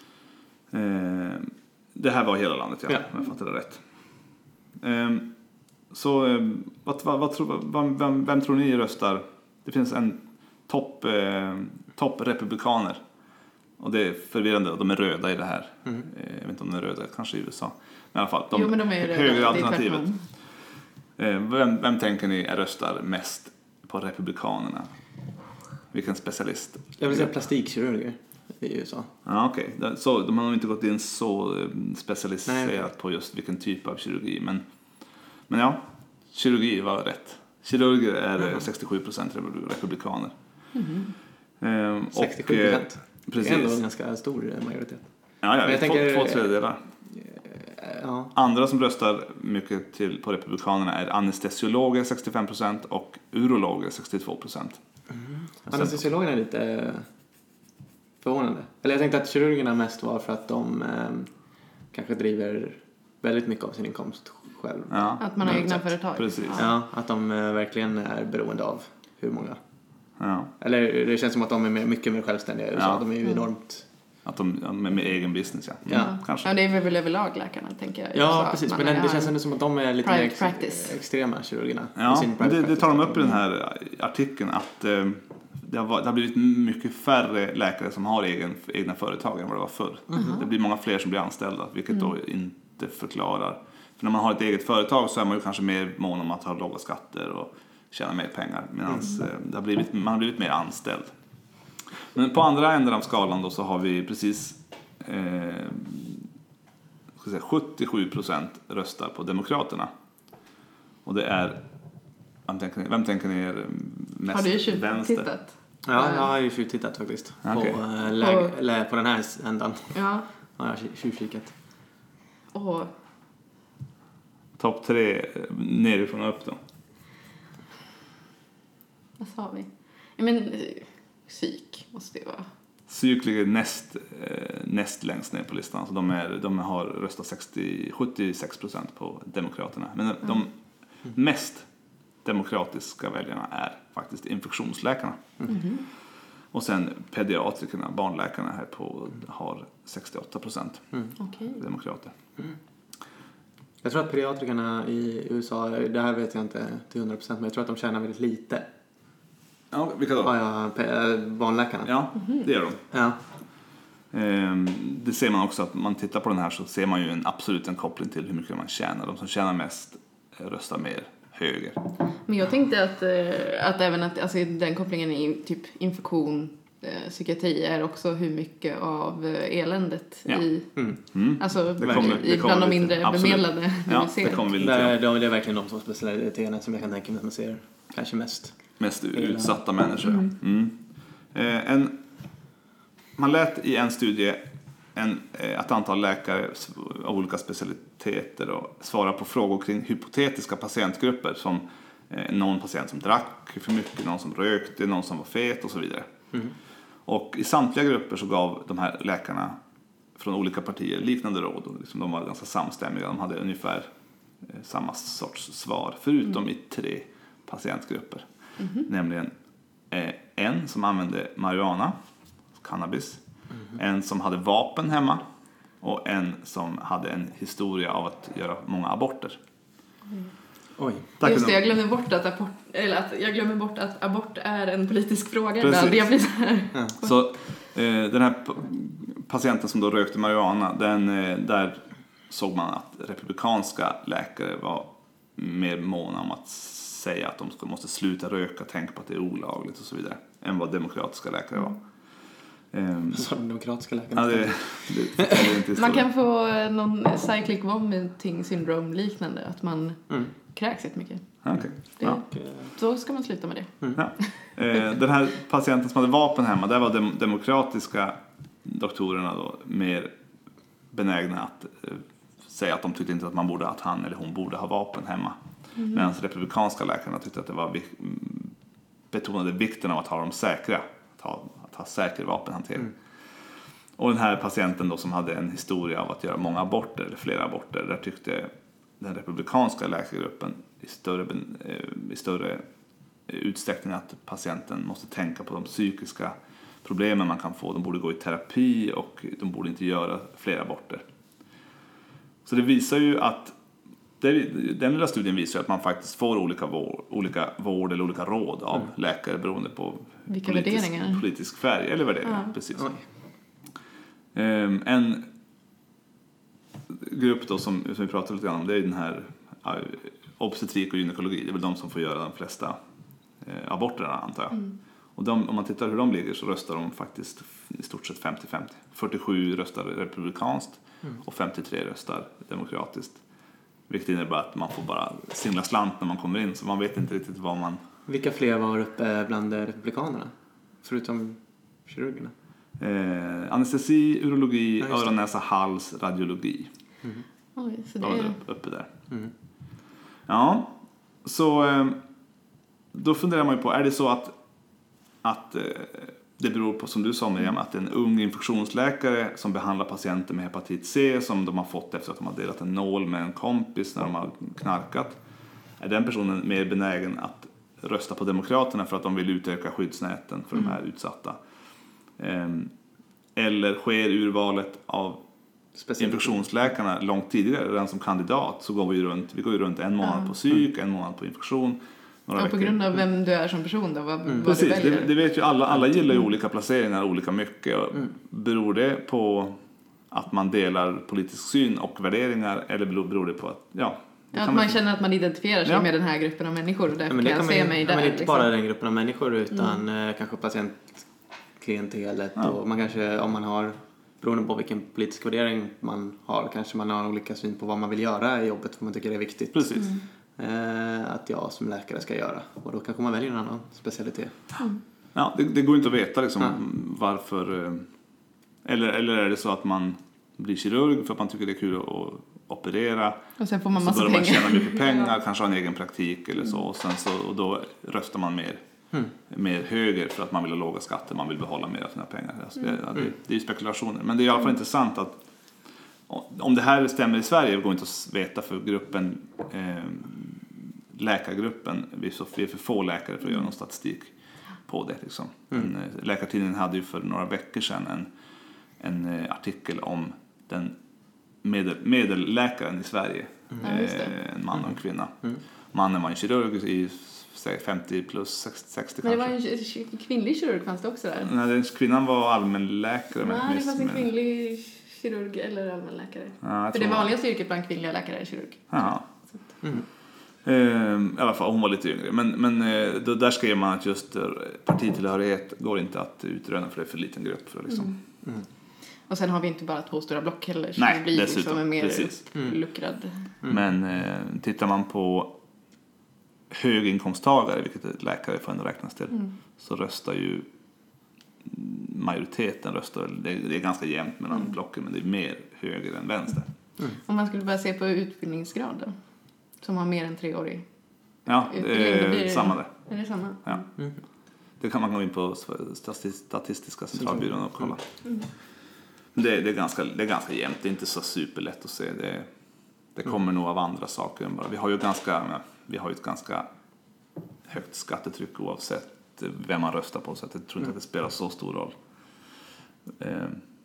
S2: Eh, det här var hela landet, ja, ja. Om jag fattar det rätt. Eh, så eh, vad, vad, vad tror, vad, vem, vem tror ni röstar? Det finns en topp eh, top republikaner. Och det är förvirrande, de är röda i det här. Mm. Eh, jag vet inte om de är röda, kanske i U S A. Men i alla fall, de,
S3: jo, men de är
S2: högre alternativet. Eh, vem, vem tänker ni röstar mest på republikanerna? Vilken specialist?
S1: Jag vill säga plastikkirurger i U S A.
S2: Ja, okej. Okay. Så de har nog inte gått in så specialiserat Nej, okay. på just vilken typ av kirurgi. Men, men ja, kirurgi var rätt. Kirurger är mm. sextiosju procent republikaner. Mm. Ehm,
S1: sextiosju procent?
S2: Precis.
S1: Det är ändå en ganska stor majoritet.
S2: Ja, ja, jag tänker, två, två tredjedelar.
S1: Ja.
S2: Andra som röstar mycket till, på republikanerna är anestesiologer sextiofem procent och urologer sextiotvå procent.
S1: Mm. Anestesiologerna är lite förvånande. Eller jag tänkte att kirurgerna mest var för att de eh, kanske driver väldigt mycket av sin inkomst själv.
S3: Ja. Att man har egna företag.
S2: Precis.
S1: Ja. ja, att de eh, verkligen är beroende av hur många.
S2: Ja.
S1: Eller det känns som att de är mer, mycket mer självständiga i U S A. Ja. De är ju mm. enormt...
S2: Att de med, med egen business, ja.
S1: Mm,
S3: ja. Kanske. Ja, det är väl överlag läkarna, tänker jag.
S1: Ja, så precis. Men det, det känns ändå som att de är lite mer ex,
S3: practice.
S1: extrema kirurgerna.
S2: Ja, det, det tar de upp i den här artikeln att eh, det, har, det har blivit mycket färre läkare som har egen, egna företag än vad det var förr. Mm. Det blir många fler som blir anställda, vilket mm. då inte förklarar. För när man har ett eget företag så är man ju kanske mer mån om att ha låga skatter och tjäna mer pengar. Medan mm. det har blivit, man har blivit mer anställd. Men på andra änden av skalan då så har vi precis eh, ska säga, sjuttiosju procent röstar på Demokraterna. Och det är, vem tänker ni, vem tänker ni är mest
S3: har du ju
S2: vänster?
S3: Tittat?
S1: Ja, jag har ju tjuvtittat faktiskt. Okay. På, äh, läge, eller på den här ändan.
S3: Ja.
S1: Ja, jag har tjuvkikat.
S3: Åh.
S2: Topp tre nerifrån och upp då.
S3: Vad sa vi? Jag men... Psyk måste det vara.
S2: Psyk ligger näst, eh, näst längst ner på listan. Så de, är, de har röstat sextio, sjuttiosex procent på Demokraterna. Men mm. de mest demokratiska väljarna är faktiskt infektionsläkarna. Mm. Och sen pediatrikerna, barnläkarna här på, har sextioåtta procent
S1: mm.
S2: demokrater.
S1: Mm. Jag tror att pediatrikerna i U S A, det här vet jag inte till hundra procent, men jag tror att de tjänar väldigt lite.
S2: Ja, vilka då?
S1: Ja, ja, barnläkarna.
S2: Ja, det gör de.
S1: Ja.
S2: Ehm, det ser man också att man tittar på den här så ser man ju en absolut en koppling till hur mycket man tjänar. De som tjänar mest röstar mer höger.
S3: Men jag tänkte att, eh, att även att alltså, den kopplingen i typ infektion, eh, psykiatri är också hur mycket av eh, eländet
S2: Ja.
S3: i,
S1: Mm.
S2: Mm.
S3: alltså
S2: Det kommer-
S3: i
S2: det kommer
S3: bland de
S2: lite.
S3: mindre
S2: Absolut.
S3: bemedlade
S2: Ja,
S3: vi ser.
S2: det kommer vi
S1: Det
S2: lite
S1: är,
S2: grann.
S1: det är verkligen de som specialiteterna som jag kan tänka mig att man ser kanske mest.
S2: Mest
S1: Hela-
S2: utsatta människor. Mm. Eh, en, man lät i en studie en, eh, ett antal läkare s- av olika specialiteter och svara på frågor kring hypotetiska patientgrupper som eh, någon patient som drack för mycket, någon som rökte, någon som var fet och så vidare.
S1: Mm.
S2: Och i samtliga grupper så gav de här läkarna från olika partier liknande råd. Och liksom de var ganska samstämmiga, de hade ungefär eh, samma sorts svar förutom i tre patientgrupper. Nämligen eh, en som använde marijuana, cannabis, en som hade vapen hemma och en som hade en historia av att göra många aborter.
S1: Oj.
S2: Tack
S3: Just det,
S2: ändå.
S3: jag glömmer bort att abort, eller att jag glömmer bort att abort är en politisk fråga.
S2: Precis.
S3: Där det blir så här.
S2: Så eh, den här p- patienten som då rökte marijuana, den, eh, där såg man att republikanska läkare var mer måna om att säga att de ska, måste sluta röka, tänka på att det är olagligt och så vidare, än vad demokratiska läkare var. Ehm,
S1: Så de demokratiska läkarna.
S2: ja, det, det förtäljer inte
S3: Man
S2: historien.
S3: kan få eh, någon cyclic vomiting syndrome liknande, att man
S1: Mm.
S3: kräks jättemycket.
S2: Ja, okej.
S3: Det,
S2: Ja.
S1: Och, eh,
S3: Då ska man sluta med det.
S2: Ja. Eh, den här patienten som hade vapen hemma, där var de demokratiska doktorerna då mer benägna att eh, säga att de tyckte inte att man borde, att han eller hon borde ha vapen hemma. Mm. Medan republikanska läkarna tyckte att det var vik- mm, betonade vikten av att ha dem säkra, att ha, att ha säker vapenhantering. Mm. Och den här patienten då som hade en historia av att göra många aborter eller flera aborter, där tyckte den republikanska läkargruppen i större, i större utsträckning att patienten måste tänka på de psykiska problemen man kan få. De borde gå i terapi och de borde inte göra fler aborter. Så det visar ju att det, den lilla studien visar att man faktiskt får olika vård, olika vård eller olika råd av mm. läkare beroende på
S3: vilka
S2: politisk,
S3: värderingar.
S2: politisk färg eller värderingar.
S3: Ja.
S2: Precis.
S1: Oj.
S2: Um, en grupp då som, som vi pratade lite grann om, det är den här uh, obstetrik och gynekologi. Det är väl de som får göra de flesta uh, aborterna, antar jag. Mm. Och de, om man tittar hur de ligger så röstar de faktiskt i stort sett femtio femtio. fyrtiosju röstar republikanskt mm. och femtiotre röstar demokratiskt. Vilket innebär att man får bara singla slant när man kommer in, så man vet inte riktigt vad man...
S1: Vilka fler var uppe bland republikanerna? Förutom kirurgerna?
S2: Eh, anestesi, urologi,
S1: Ja,
S2: öron, näsa, hals, radiologi.
S1: Mm.
S3: Oj, så det
S2: Ja,
S3: är...
S2: uppe där.
S1: Mm.
S2: Ja, så eh, då funderar man ju på, är det så att, att eh, det beror på, som du sa Miriam, att en ung infektionsläkare som behandlar patienter med hepatit C som de har fått efter att de har delat en nål med en kompis när de har knarkat, är den personen mer benägen att rösta på demokraterna för att de vill utöka skyddsnäten för mm. de här utsatta? Eh, eller sker urvalet av
S1: Speciellt.
S2: infektionsläkarna långt tidigare, redan som kandidat så går vi runt, vi går ju runt en månad på psyk, en månad på infektion. Några
S3: Ja, på grund av vem du är som person då, vad, mm. vad
S2: Precis,
S3: du väljer.
S2: det, det vet ju alla, alla gillar ju olika placeringar olika mycket. Och
S1: Mm.
S2: beror det på att man delar politisk syn och värderingar, eller beror det på att, ja.
S3: Ja, att man känner att man identifierar sig
S2: Ja.
S3: med den här gruppen av människor och därför
S1: Ja, men det
S3: kan jag
S1: kan
S3: se
S1: man,
S3: mig
S1: ja,
S3: där.
S1: men inte
S3: liksom.
S1: bara den gruppen av människor utan mm. eh, kanske patientklientelet
S2: Ja.
S1: och man kanske, om man har, beroende på vilken politisk värdering man har, kanske man har olika syn på vad man vill göra i jobbet, för man tycker det är viktigt.
S2: Precis.
S3: Mm.
S1: Eh, att jag som läkare ska göra, och då kanske man väljer en annan specialitet.
S3: Mm.
S2: Ja, det, det går inte att veta liksom
S1: Ja.
S2: varför, eh, eller, eller är det så att man blir kirurg för att man tycker det är kul att, att operera.
S3: Och sen får man
S2: Så
S3: massa
S2: börjar man
S3: pengar.
S2: tjäna mycket pengar, kanske ha en egen praktik eller så. Och, sen så, och då röstar man mer,
S1: Mm.
S2: mer höger för att man vill ha låga skatter, man vill behålla mer av sina pengar. Alltså det, ja, det,
S1: Mm.
S2: det är ju spekulationer. Men det är i alla fall intressant att om det här stämmer i Sverige, det går inte att veta för gruppen, eh, läkargruppen, vi är, så, vi är för få läkare för att göra någon statistik på det. Liksom.
S1: Mm.
S2: En, eh, Läkartidningen hade ju för några veckor sedan en, en eh, artikel om den medel, medelläkaren i Sverige.
S3: Mm. Ja, just det.
S2: Eh, en man och en kvinna.
S1: Mm.
S2: Mannen var en kirurg i säg, femtio plus sextio, sextio
S3: Men det
S2: kanske.
S3: var ju en kvinnlig kirurg, fanns det också där?
S2: Nej, den kvinnan var allmänläkare. men
S3: Nej, det
S2: miss-
S3: fanns en
S2: men-
S3: kvinnlig kirurg eller allmänläkare.
S2: Ja, jag
S3: För
S2: tror-
S3: det vanligaste yrket bland kvinnliga läkare är kirurg.
S2: Ja.
S1: Mm.
S2: I alla fall, hon var lite yngre. Men, men då, där skrev man att just partitillhörighet går inte att utröna för det är för liten grupp. För liksom.
S3: Mm. Mm. Och sen har vi inte bara två stora block heller. Så
S2: Nej,
S3: det blir
S2: dessutom.
S3: Liksom en mer
S2: Precis.
S3: luckrad.
S2: Mm. Men eh, tittar man på höginkomsttagare, vilket läkare får ändå räknas till, mm. så röstar ju majoriteten röstar, det är, det är ganska jämnt mellan mm. blocken, men det är mer höger än vänster.
S3: Mm. Om man skulle bara se på utbildningsgraden som har mer än treårig
S2: ja, det är det, samma där.
S3: Är det samma?
S2: Ja. Mm. Det kan man gå in på Statistiska centralbyrån och kolla. Mm. Det, det, är ganska, det är ganska jämnt, det är inte så superlätt att se. Det, det kommer mm. nog av andra saker än bara. Vi har ju ganska, vi har ju ett ganska högt skattetryck oavsett vem man röstar på, så att jag tror inte mm. att det spelar så stor roll eh,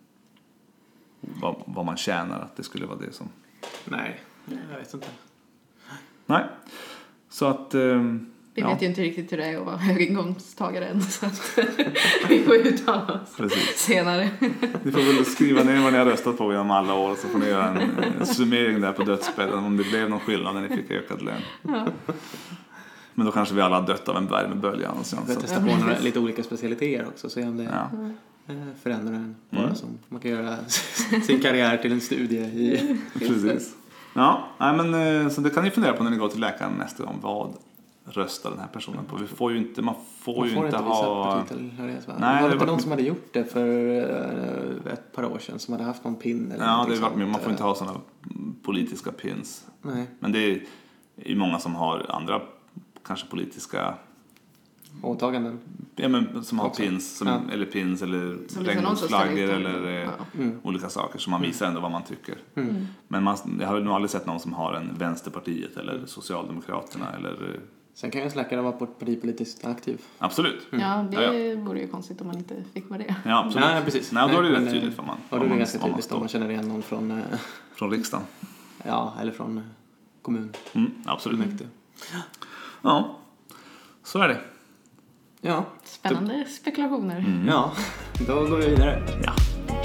S2: vad, vad man tjänar, att det skulle vara det som...
S1: Nej, jag vet inte.
S2: Nej, så att... Eh,
S3: vi vet ja. ju inte riktigt hur det är att vara höginkomsttagare än, så att vi får uttala oss Precis. senare.
S2: Ni får väl skriva ner vad ni har röstat på genom alla år, så får ni göra en, en summering där på dödsbädden om det blev någon skillnad när ni fick ökad lön. Ja. Men då kanske vi alla har dött av en värmebölja. Och sånt.
S1: Vi får testa på några lite olika specialiteter också, så om det ja. förändrar en bara mm. som man kan göra sin karriär till en studie i.
S2: Precis. Ja, nej, men så det kan ni fundera på när ni går till läkaren nästa gång. Vad röstar den här personen på? Vi får ju inte, man får, man
S1: ju
S2: får
S1: inte,
S2: inte
S1: ha... Nej, var det inte någon som hade gjort det för ett par år sedan som hade haft någon pin? Eller
S2: ja, det är varit med. Man får inte ha sådana politiska pins.
S1: Nej.
S2: Men det är ju många som har andra kanske politiska
S1: åtaganden.
S2: Ja, men som har pins som, ja. eller pins eller regnbågsflaggor eller ja. mm. olika saker som man visar ändå vad man tycker. Mm. Men man, jag har nog aldrig sett någon som har en Vänsterpartiet eller Socialdemokraterna eller...
S1: Sen kan ju en läkare vara partipolitiskt aktiv.
S2: Absolut.
S3: Mm. Ja, det ja, ja. vore ju konstigt om man inte fick vara det.
S2: Ja, absolut.
S1: Ja, precis.
S2: Nej, då är det ju rätt tydligt för man.
S1: Ja, då är det ganska tydligt om man känner igen någon från... Eh,
S2: från riksdagen.
S1: Ja, eller från eh, kommun.
S2: Mm, absolut.
S1: Mm.
S2: Ja, så är det.
S1: Ja.
S3: Spännande spekulationer.
S1: Mm. Ja, då går vi vidare.
S2: Ja.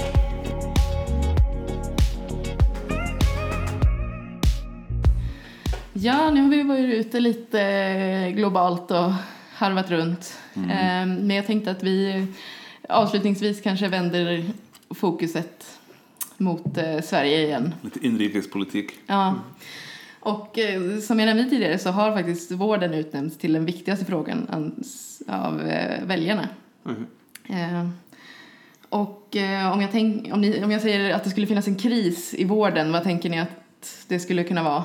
S3: Ja, nu har vi varit ute lite globalt och harvat runt. Mm. Men jag tänkte att vi avslutningsvis kanske vänder fokuset mot Sverige igen.
S2: Lite inrikespolitik.
S3: Ja. Mm. Och eh, som jag nämnde tidigare så har faktiskt vården utnämnts till den viktigaste frågan ans- av eh, väljarna. Mm. Eh, och eh, om, jag tänk, om, ni, om jag säger att det skulle finnas en kris i vården, vad tänker ni att det skulle kunna vara?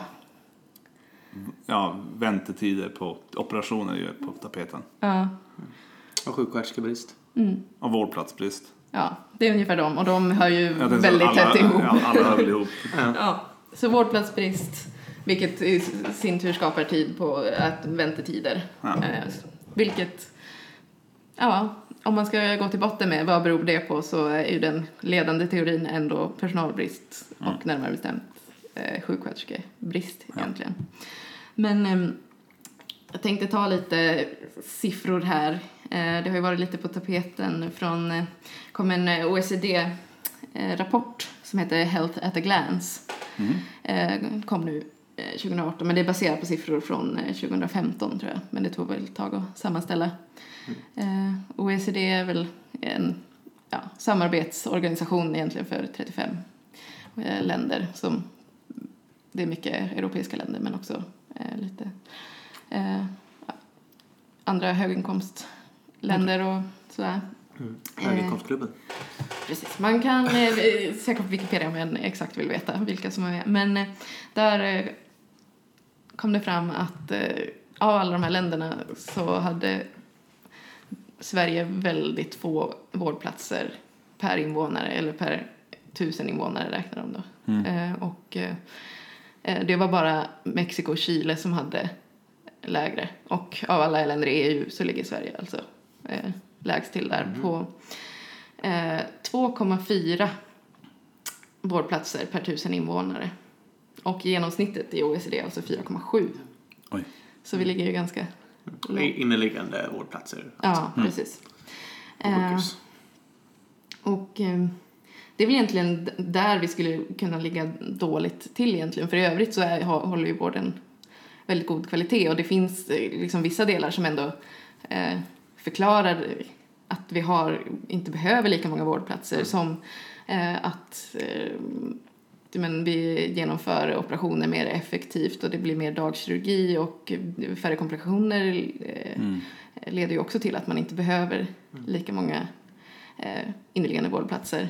S2: Ja, väntetider på operationer är ju på tapeten.
S3: Ja. Mm.
S1: Och sjuksköterskebrist.
S3: Mm.
S2: Och vårdplatsbrist.
S3: Ja, det är ungefär dem. Och de hör ju väldigt
S2: alla,
S3: tätt ihop.
S2: Ja, alla hör väl ihop.
S3: Ja. Ja, så vårdplatsbrist... Vilket i sin tur skapar tid på att väntetider. Ja. Eh, vilket, ja, om man ska gå till botten med vad beror det på, så är ju den ledande teorin ändå personalbrist och mm. närmare bestämt eh, sjuksköterskebrist egentligen. Ja. Men eh, jag tänkte ta lite siffror här. Eh, det har ju varit lite på tapeten från, eh, kom en O E C D-rapport som heter Health at a Glance. Mm. Eh, kom nu tjugo arton, men det är baserat på siffror från tjugo femton tror jag, men det tog väl ett tag att sammanställa. Mm. Eh, O E C D är väl en ja, samarbetsorganisation egentligen för trettiofem eh, länder, som det är mycket europeiska länder men också eh, lite eh, andra höginkomstländer och sådär.
S1: Mm. Höginkomstklubben.
S3: Eh, precis, man kan eh, söka på Wikipedia om man exakt vill veta vilka som är med. Men eh, där eh, kom det fram att eh, av alla de här länderna så hade Sverige väldigt få vårdplatser per invånare, eller per tusen invånare räknar de då. Mm. Eh, och eh, det var bara Mexiko och Chile som hade lägre. Och av alla länder i E U så ligger Sverige alltså eh, lägst till där mm. på eh, två komma fyra vårdplatser per tusen invånare. Och genomsnittet i O E C D är alltså fyra komma sju.
S2: Oj.
S3: Så vi ligger ju ganska
S1: långt. Inneliggande vårdplatser.
S3: Alltså. Ja, precis. Mm. Eh, och eh, det är väl egentligen där vi skulle kunna ligga dåligt till egentligen. För i övrigt så är, håller ju vården väldigt god kvalitet. Och det finns liksom vissa delar som ändå eh, förklarar att vi har, inte behöver lika många vårdplatser mm. som eh, att eh, men vi genomför operationer mer effektivt och det blir mer dagkirurgi och färre komplikationer eh, mm. leder ju också till att man inte behöver lika många eh, inneliggande vårdplatser.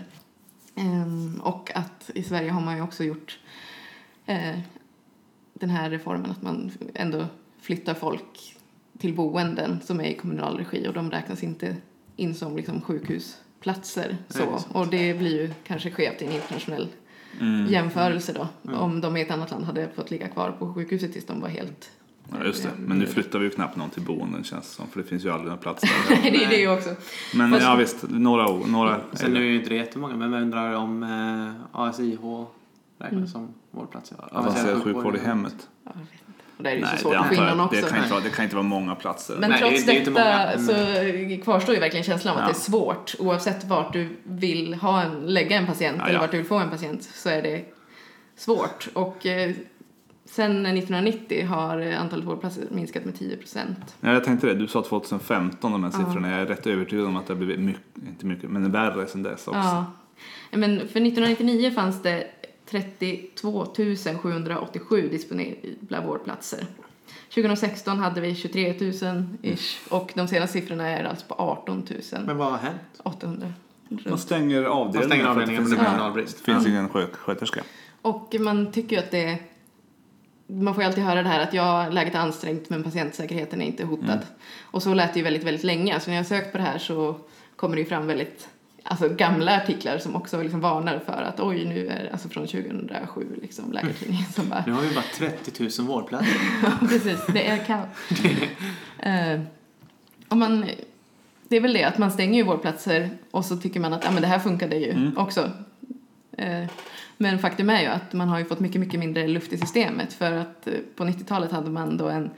S3: Um, och att i Sverige har man ju också gjort eh, den här reformen att man ändå flyttar folk till boenden som är i kommunal regi och de räknas inte in som liksom sjukhusplatser. Så. Och det blir ju kanske skevt i en internationell mm. jämförelse då. Mm. Om de i ett annat land hade fått ligga kvar på sjukhuset tills de var helt...
S2: Ja, just det. Men nu flyttar vi ju knappt någon till boenden känns det som. För det finns ju aldrig någon plats där.
S3: det är det ju också.
S2: Men Fast... ja visst, några år. Några...
S1: Sen är det ju inte jättemånga. Men jag undrar om eh, A S I H räknas mm. som vårdplatser.
S2: Avancerad sjukvård i hemmet.
S3: Ja, jag vet inte. Och det är ju Nej, så svårt att få in också.
S2: Det kan, inte vara, det kan inte vara många platser.
S3: Men
S1: Nej,
S3: trots
S1: det är, det är
S3: detta så kvarstår ju verkligen känslan av ja. att det är svårt. Oavsett vart du vill ha en, lägga en patient ja, ja. eller vart du vill få en patient så är det svårt. Och eh, sen nittonhundranittio har antalet vårdplatser minskat med tio procent.
S2: Ja, jag tänkte det. Du sa tjugohundrafemton de här siffrorna. Ja. Jag är rätt övertygad om att det har blivit mycket, inte mycket, men värre sen dess också.
S3: Ja. Men för nittonhundranittionio fanns det trettiotvåtusen sjuhundraåttiosju disponibla vårdplatser. tjugohundrasexton hade vi tjugotre tusen ish och de senaste siffrorna är alltså på arton tusen.
S1: Men vad har hänt?
S3: åttahundra.
S2: Man stänger avdelningen,
S1: man stänger avdelningen för det finns personalbrist.
S2: Det finns ingen sköterska.
S3: Och man tycker ju att det man får ju alltid höra det här att ja, läget är ansträngt men patientsäkerheten är inte hotad. Mm. Och så lät det ju väldigt, väldigt länge. Så när jag sökt på det här så kommer det ju fram väldigt alltså gamla artiklar som också liksom varnar för att oj, nu är alltså från tjugohundrasju liksom Läkartidningen som bara...
S1: Nu har vi bara trettio tusen vårdplatser.
S3: Ja, precis. Det är kaos. uh, och man, det är väl det att man stänger ju vårdplatser och så tycker man att ja, men det här funkade ju mm. också. Uh, men faktum är ju att man har ju fått mycket, mycket mindre luft i systemet för att uh, på nittiotalet hade man då en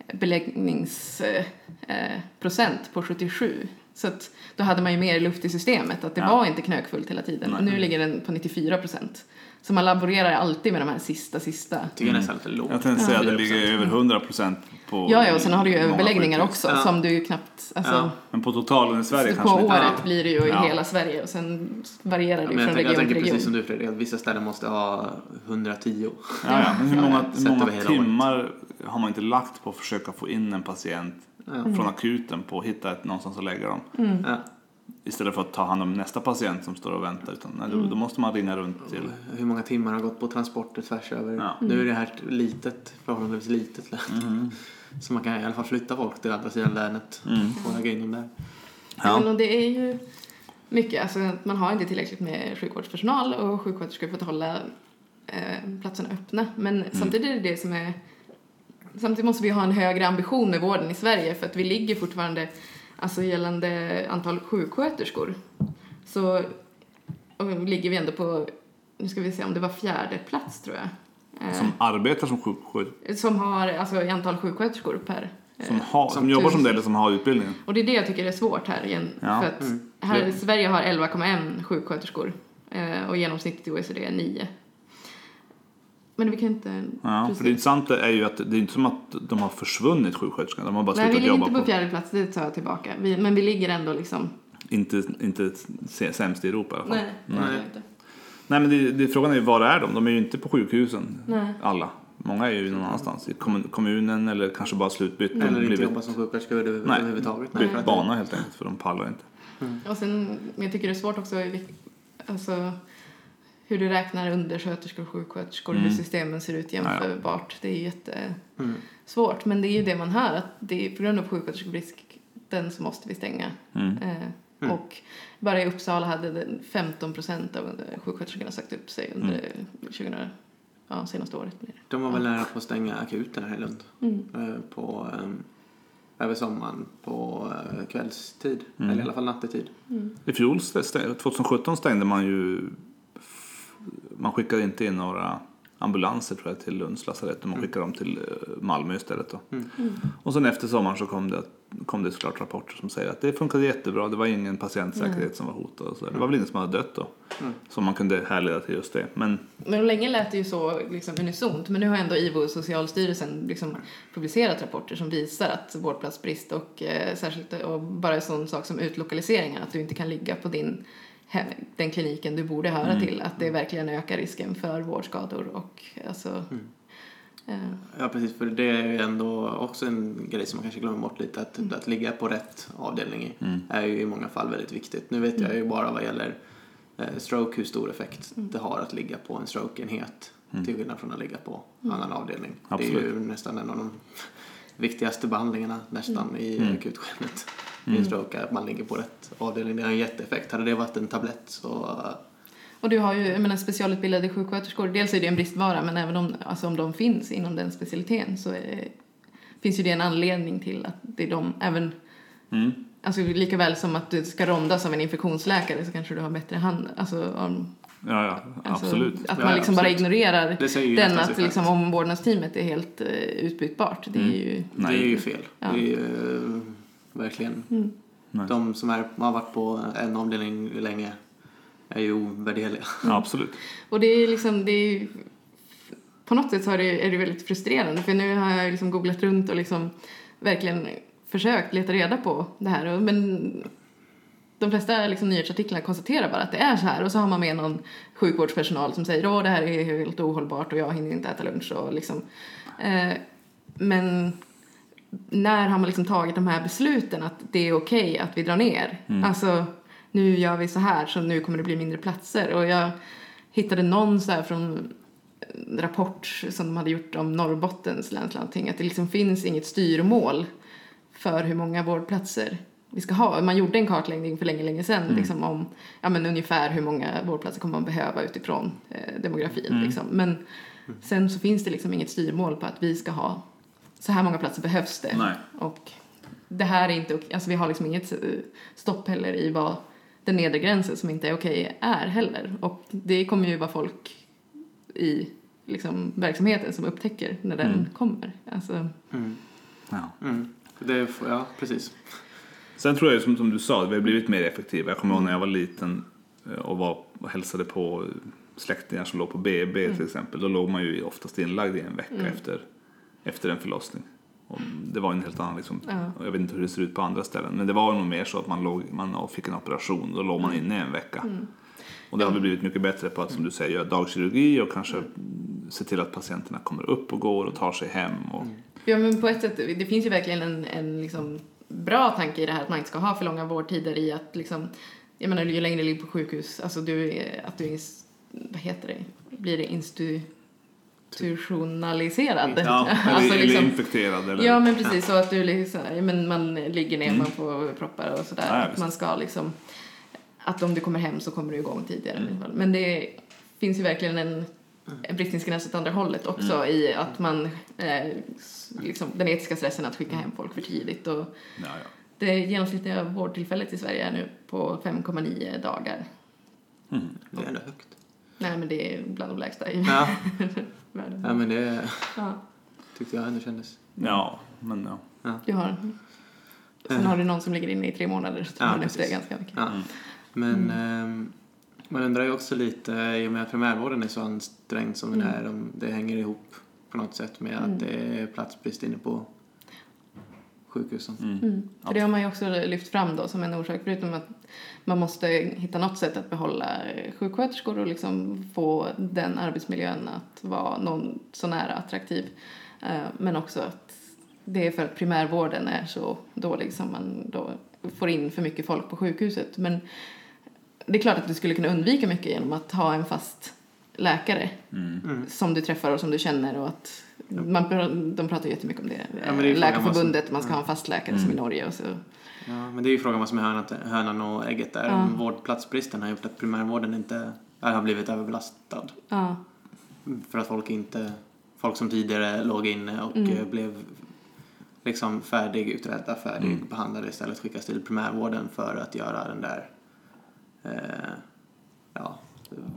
S3: beläggningsprocent uh, på sjuttiosju. Så att då hade man ju mer luft i systemet. Att det ja. var inte knökfullt hela tiden. Nej. Och nu ligger den på nittiofyra procent. Så man laborerar alltid med de här sista, sista.
S1: Jag tycker mm. nästan lite lågt.
S2: Jag tänkte säga att det ligger över hundra procent på...
S3: Ja, ja, och sen har du ju överbeläggningar också. Ja. Som du knappt... Alltså, ja.
S2: Men på totalen i Sverige
S3: på
S2: kanske
S3: året
S2: lite.
S3: blir det ju i
S2: ja.
S3: hela Sverige. Och sen varierar det
S1: ja,
S3: från
S1: jag
S3: region
S1: tänker,
S3: till region.
S1: Precis som du Fredrik, att vissa ställen måste ha hundratio.
S2: Ja, ja. Men hur många, hur många timmar året. har man inte lagt på att försöka få in en patient mm. från akuten på att hitta ett någonstans att lägga dem? Mm. Ja. Istället för att ta hand om nästa patient som står och väntar. Utan, nej, då, då måste man ringa runt till...
S1: Hur många timmar har gått på transporter tvärs över? Ja. Nu är det här litet, förhållandevis litet län. Mm. Så man kan i alla fall flytta folk till andra sidan länet mm. och lägga in dem där.
S3: Ja. Men, och det är ju mycket. Alltså, man har inte tillräckligt med sjukvårdspersonal och sjuksköterskor för att hålla eh, platserna öppna. Men mm. samtidigt är det det som är... Samtidigt måste vi ha en högre ambition med vården i Sverige. För att vi ligger fortfarande... Alltså gällande antal sjuksköterskor så ligger vi ändå på, nu ska vi se om det var fjärde plats tror jag.
S2: Som eh, arbetar som sjuksköterskor?
S3: Som har, alltså i antal sjuksköterskor per...
S2: Som, har, som, som jobbar som det eller som har utbildningen?
S3: Och det är det jag tycker är svårt här igen.
S2: Ja.
S3: För att mm. här i Sverige har elva komma ett sjuksköterskor eh, och genomsnittet i O E C D är nio. Men vi kan inte...
S2: Ja, för det intressanta är ju att det är inte som att de har försvunnit sjuksköterskan. De har bara slutat jobba.
S3: Nej, vi ligger inte på
S2: på
S3: fjärde plats, det tar jag tillbaka. Vi, men vi ligger ändå liksom...
S2: Inte, inte sämst i Europa i alla fall.
S3: Nej, nej. nej inte.
S2: Nej, men det, det, frågan är ju var är de? De är ju inte på sjukhusen,
S3: nej.
S2: alla. Många är ju någon annanstans. I kommunen eller kanske bara slutbytt.
S1: Eller inte
S2: blivit...
S1: jobba som sjuksköterska överhuvudtaget.
S2: Nej, bytt bana helt enkelt för de pallar inte.
S3: Mm. Och sen, jag tycker det är svårt också alltså... hur du räknar undersköterskor och sjuksköterskor, mm. hur systemen ser ut jämförbart. Ja, ja. Det är jättesvårt. Mm. Men det är ju det man hör, att det är på grund av sjuksköterskebristen så måste vi stänga. Mm. Eh, mm. Och bara i Uppsala hade femton procent av sjuksköterskorna sagt upp sig under mm. tjugo, ja, senaste året.
S1: De var väl nära på att stänga akuten här i Lund. Mm. Eh, på, eh, över sommaren på eh, kvällstid. Mm. Eller i alla fall nattetid.
S2: Mm. I fjol, tjugo sjutton stängde man ju... Man skickade inte in några ambulanser tror jag till Lunds lasarett och man skickade dem till Malmö istället då.
S1: Mm.
S3: Mm.
S2: Och sen efter sommaren så kom det, kom det såklart rapporter som säger att det funkade jättebra, det var ingen patientsäkerhet mm. som var hotad och så. Det var väl ingen som hade dött då. Mm. Som man kunde härleda till just det. Men,
S3: men länge lät det ju så liksom unisont, men nu har ändå I V O och Socialstyrelsen liksom publicerat rapporter som visar att vårdplatsbrist och eh, särskilt och bara en sån sak som utlokaliseringar, att du inte kan ligga på din den kliniken du borde höra mm. till, att det verkligen ökar risken för vårdskador och alltså
S1: mm.
S3: eh.
S1: Ja precis, för det är ju ändå också en grej som man kanske glömmer bort lite, att, mm. att ligga på rätt avdelning mm. är ju i många fall väldigt viktigt. Nu vet mm. jag ju bara vad gäller eh, stroke hur stor effekt mm. det har att ligga på en strokeenhet mm. till skillnad från att ligga på mm. annan avdelning. Absolut. Det är ju nästan en av de viktigaste behandlingarna nästan mm. i mm. akutskedet. Mm. I stroke är att man ligger på rätt avdelning. Det har en jätteeffekt. Hade det varit en tablett så...
S3: Och du har ju, jag menar, specialutbildade sjuksköterskor. Dels är det en bristvara, men även om, alltså om de finns inom den specialiteten så är, finns ju det en anledning till att det är de även... Mm. Alltså lika väl som att du ska rondas av en infektionsläkare så kanske du har bättre hand. Alltså om...
S2: Ja, ja,
S3: alltså,
S2: absolut.
S3: Att man
S1: ja,
S3: liksom
S1: absolut.
S3: bara ignorerar den att liksom,
S1: om
S3: omvårdnadsteamet är helt uh, utbytbart. Det är
S1: mm.
S3: ju...
S1: Det är ju fel. Ja. Det är ju uh, verkligen...
S3: Mm.
S1: De som är, har varit på en avdelning länge är ju ovärderliga.
S2: Ja, absolut.
S3: Och det är liksom, det är ju, på något sätt så är det, är det väldigt frustrerande. För nu har jag liksom googlat runt och liksom verkligen försökt leta reda på det här. Men de flesta liksom nyhetsartiklarna konstaterar bara att det är så här. Och så har man med någon sjukvårdspersonal som säger att det här är helt ohållbart och jag hinner inte äta lunch. Och liksom. eh, men... när har man liksom tagit de här besluten att det är okej okay att vi drar ner? Mm. Alltså, nu gör vi så här så nu kommer det bli mindre platser. Och jag hittade någon så här från rapport som de hade gjort om Norrbottens länslandsting att det liksom finns inget styrmål för hur många vårdplatser vi ska ha. Man gjorde en kartläggning för länge, länge sedan mm. liksom om ja, men ungefär hur många vårdplatser kommer man behöva utifrån eh, demografin. Mm. Liksom. Men mm. sen så finns det liksom inget styrmål på att vi ska ha så här många platser behövs det.
S2: Nej.
S3: Och det här är inte, alltså vi har liksom inget stopp heller i vad den nedre gränsen som inte är okej är heller. Och det kommer ju vara folk i liksom verksamheten som upptäcker när den mm. kommer. Alltså.
S1: Mm.
S2: Ja.
S1: Mm. Det är, ja, precis.
S2: Sen tror jag som, som du sa, vi har blivit mer effektiva. Jag kommer ihåg när jag var liten och var och hälsade på släktingar som låg på B B mm. till exempel. Då låg man ju oftast inlagd i en vecka mm. efter efter en förlossning. Och det var en helt annan liksom, ja. Jag vet inte hur det ser ut på andra ställen, men det var nog mer så att man, låg, man fick en operation, då låg man inne en vecka. Mm. Och det har vi blivit mycket bättre på att, som du säger, göra dagkirurgi och kanske mm. se till att patienterna kommer upp och går och tar sig hem. Och...
S3: Mm. Ja, men på ett sätt, det finns ju verkligen en, en liksom bra tanke i det här att man inte ska ha för långa vårdtider i att liksom, jag menar, ju längre du ligger på sjukhus, alltså du, att du, vad heter det, blir det institu institutionaliserad.
S2: Ja, eller,
S3: alltså liksom,
S2: eller infekterad. Eller?
S3: Ja, men precis. Så att du liksom, men man ligger ner, mm. man får proppar och sådär.
S2: Ja,
S3: att man ska liksom, att om du kommer hem så kommer du igång tidigare. Mm. Men det finns ju verkligen en, en bristningsgräns åt andra hållet också mm. i att man, eh, liksom, den etiska stressen att skicka hem folk för tidigt. Och
S2: ja, ja.
S3: Det genomsnittliga vårdtillfället i Sverige är nu på fem komma nio dagar.
S1: Mm. Det är ändå högt.
S3: Nej, men det är bland de lägsta i
S1: ja.
S3: världen.
S1: Ja, men det
S3: ja.
S1: tyckte jag ändå kändes.
S2: Ja, men ja.
S3: ja. Du har. Sen har du någon som ligger inne i tre månader så tar man efter det ganska mycket.
S1: Ja. Men mm. eh, man undrar ju också lite, i och med att primärvården är så ansträngd som mm. den är, om det hänger ihop på något sätt med mm. att det är platsbrist inne på sjukhusen.
S3: Mm. Mm. För det har man ju också lyft fram då som en orsak, förutom att man måste hitta något sätt att behålla sjuksköterskor och liksom få den arbetsmiljön att vara någon så nära attraktiv. Men också att det är för att primärvården är så dålig som man då får in för mycket folk på sjukhuset. Men det är klart att du skulle kunna undvika mycket genom att ha en fast läkare mm. Mm. som du träffar och som du känner, och att man, de pratar jättemycket om det. Ja, det Läkarförbundet, man ska ja. ha en fast läkare mm. som i Norge och så.
S1: Ja, men det är ju frågan vad som är hönan, hönan och ägget där. Ja. Vårdplatsbristen har gjort att primärvården inte har blivit överbelastad.
S3: Ja.
S1: För att folk inte, folk som tidigare låg inne och mm. blev liksom färdigutredda, färdigbehandlade istället skickas till primärvården för att göra den där eh, ja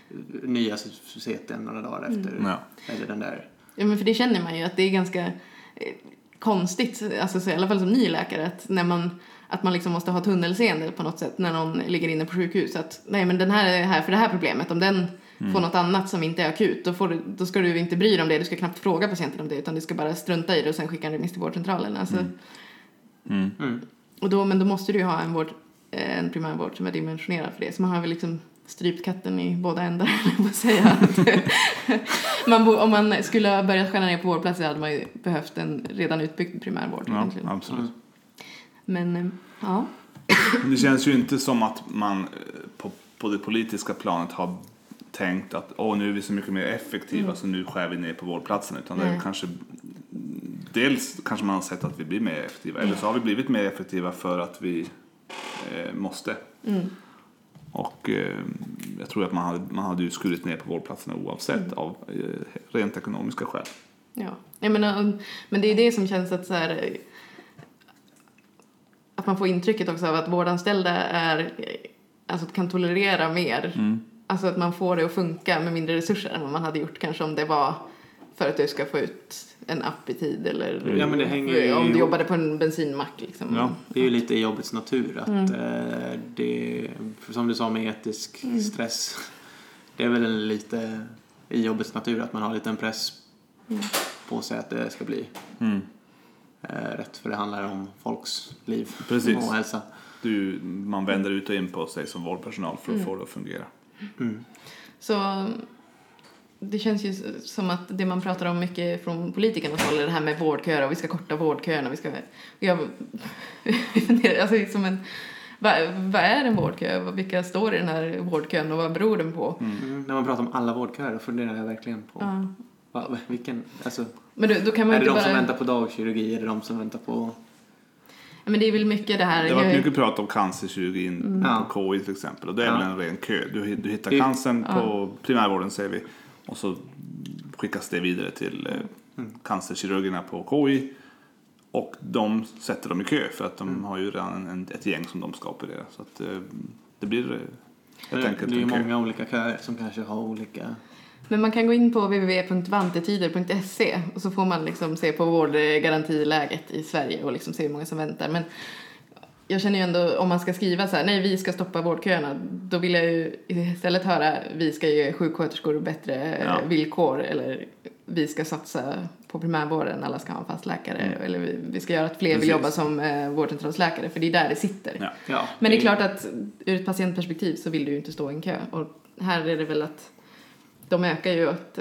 S1: nya societeten några dagar efter.
S2: Mm. Ja.
S1: Eller den där.
S3: Ja, men för det känner man ju att det är ganska eh, konstigt, alltså så i alla fall som ny läkare, att när man att man liksom måste ha tunnelseende på något sätt när någon ligger inne på sjukhus, att nej men den här är här för det här problemet, om den mm. får något annat som inte är akut, då, får du, då ska du inte bry dig om det, du ska knappt fråga patienten om det, utan du ska bara strunta i det och sen skicka en remiss till vårdcentralen, alltså.
S2: Mm. Mm.
S3: Mm. Och då, men då måste du ju ha en, vård, en primärvård som är dimensionerad för det, så man har väl liksom strypt katten i båda ändar, på att säga. man bo, om man skulle ha börjat skära ner på vårdplatser hade man ju behövt en redan utbyggd primärvård.
S2: Ja, egentligen. Absolut. Mm.
S3: Men, ja.
S2: Det känns ju inte som att man på, på det politiska planet har tänkt att åh, nu är vi så mycket mer effektiva mm. så nu skär vi ner på vårdplatsen, utan mm. det är kanske dels kanske man har sett att vi blir mer effektiva, mm. eller så har vi blivit mer effektiva för att vi eh, måste. Mm. Och eh, jag tror att man hade, man hade ju skurit ner på vårdplatserna oavsett mm. av eh, rent ekonomiska skäl.
S3: Ja, jag menar, men det är det som känns att så här, att man får intrycket också av att vårdanställda är, alltså kan tolerera mer. Mm. Alltså att man får det att funka med mindre resurser än vad man hade gjort kanske om det var för att du ska få ut en app i tid eller
S1: ja, men det hänger
S3: om
S1: ju...
S3: du jobbade på en bensinmack liksom.
S1: Ja, det är ju lite i jobbets natur att mm. eh, det, som du sa med etisk mm. stress, det är väl lite i jobbets natur att man har lite en press mm. på sig att det ska bli mm. eh, rätt, för det handlar om folks liv.
S2: Precis.
S1: Och hälsa.
S2: Du, man vänder ut och in på sig som vårdpersonal för att mm. få det att fungera.
S3: Mm. Så det känns ju som att det man pratar om mycket från politikernas håll är det här med vårdköer, och vi ska korta vårdköerna, vi ska jag funderar alltså som en vad, vad är en vårdkö? Vilka står i den här vårdkön och vad beror den på?
S1: Mm. Mm. När man pratar om alla vårdköer då funderar jag verkligen på ja. vad, vilken, alltså,
S3: men då, då kan man
S1: är det
S3: inte
S1: de
S3: bara...
S1: som väntar på dagkirurgi, är det de som väntar på...
S3: Ja, men det är väl mycket det här...
S2: Det har varit mycket prat om cancerkirurgin mm. på K I till exempel, och det är
S1: ja.
S2: väl en ren kö. Du, du hittar det... cancern ja. på primärvården, säger vi, och så skickas det vidare till eh, mm. cancerkirurgerna på K I, och de sätter dem i kö för att de mm. har ju redan en, ett gäng som de ska operera, så att eh, det blir eh, helt enkelt
S1: det är ju
S2: många
S1: kö. Olika köer som kanske har olika...
S3: Men man kan gå in på w w w punkt vantetider punkt se och så får man liksom se på vårdgarantiläget i Sverige och liksom se hur många som väntar. Men jag känner ju ändå, om man ska skriva så här, nej vi ska stoppa vårdköerna, då vill jag ju istället höra, vi ska ge sjuksköterskor bättre ja. villkor, eller vi ska satsa på primärvården, alla ska ha en fast läkare, mm. eller vi, vi ska göra att fler Precis. vill jobba som eh, vårdcentralsläkare, för det är där det sitter. Ja. Ja. Men det är klart att ur ett patientperspektiv så vill du ju inte stå i en kö, och här är det väl att de ökar ju att eh,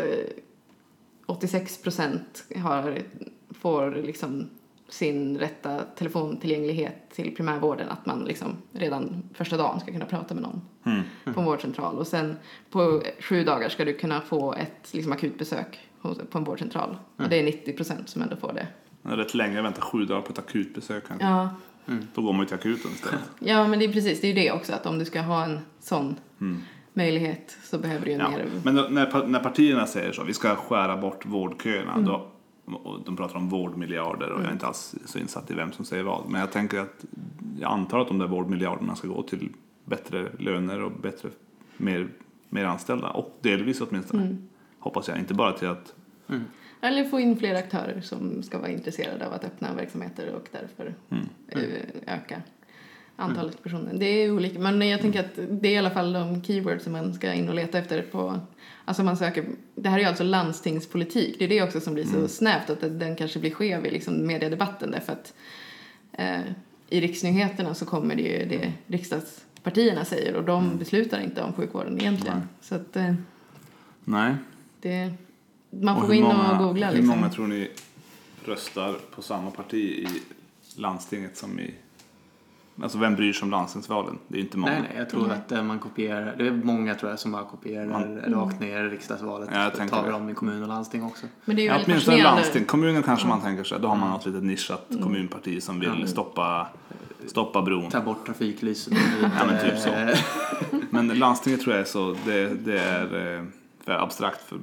S3: åttiosex procent har, får liksom sin rätta telefontillgänglighet till primärvården, att man liksom redan första dagen ska kunna prata med någon mm. på en vårdcentral, och sen på sju dagar ska du kunna få ett liksom akutbesök på en vårdcentral mm. och det är nittio procent som ändå får det.
S2: Det är rätt länge att vänta sju dagar på ett akutbesök kanske.
S3: Ja.
S2: Mm. Då går man ju till akuten istället.
S3: Ja, men det är precis, det är ju det också, att om du ska ha en sån mm. möjlighet så behöver du ju
S2: ja.
S3: mer.
S2: Men då, när, när partierna säger så, vi ska skära bort vårdköerna, mm. då, och de pratar om vårdmiljarder, och mm. jag är inte alls så insatt i vem som säger vad, men jag tänker att jag antar att de där vårdmiljarderna ska gå till bättre löner och bättre, mer, mer anställda, och delvis åtminstone mm. hoppas jag, inte bara till att
S3: mm. eller få in fler aktörer som ska vara intresserade av att öppna verksamheter och därför mm. Mm. öka antalet mm. personer. Det är olika, men jag tänker att det är i alla fall de keywords som man ska in och leta efter på, alltså man söker, det här är ju alltså landstingspolitik, det är det också som blir så mm. snävt att den kanske blir skev i liksom mediedebatten, därför att eh, i riksnyheterna så kommer det ju det riksdagspartierna säger, och de mm. beslutar inte om sjukvården egentligen. Nej. Så att eh,
S2: nej.
S3: Det, man får gå in
S2: många,
S3: och googla.
S2: Hur
S3: liksom.
S2: många tror ni röstar på samma parti i landstinget som i... Alltså vem bryr sig om landstingsvalen? Det är inte många.
S1: Nej, nej, jag tror mm. att man kopierar... Det är många, tror jag, som bara kopierar mm. rakt ner i riksdagsvalet.
S2: Ja,
S1: och tar dem i kommun och landsting också.
S3: Men det är ju
S2: ja,
S3: väldigt
S2: åtminstone landsting. Kommunen kanske mm. man tänker sig. Då har man
S1: mm.
S2: något litet nischat mm. kommunparti som vill
S1: mm.
S2: stoppa, stoppa bron.
S1: Ta bort trafiklysen.
S2: Ja, men typ så. Men landstinget tror jag är så... Det, det är för abstrakt för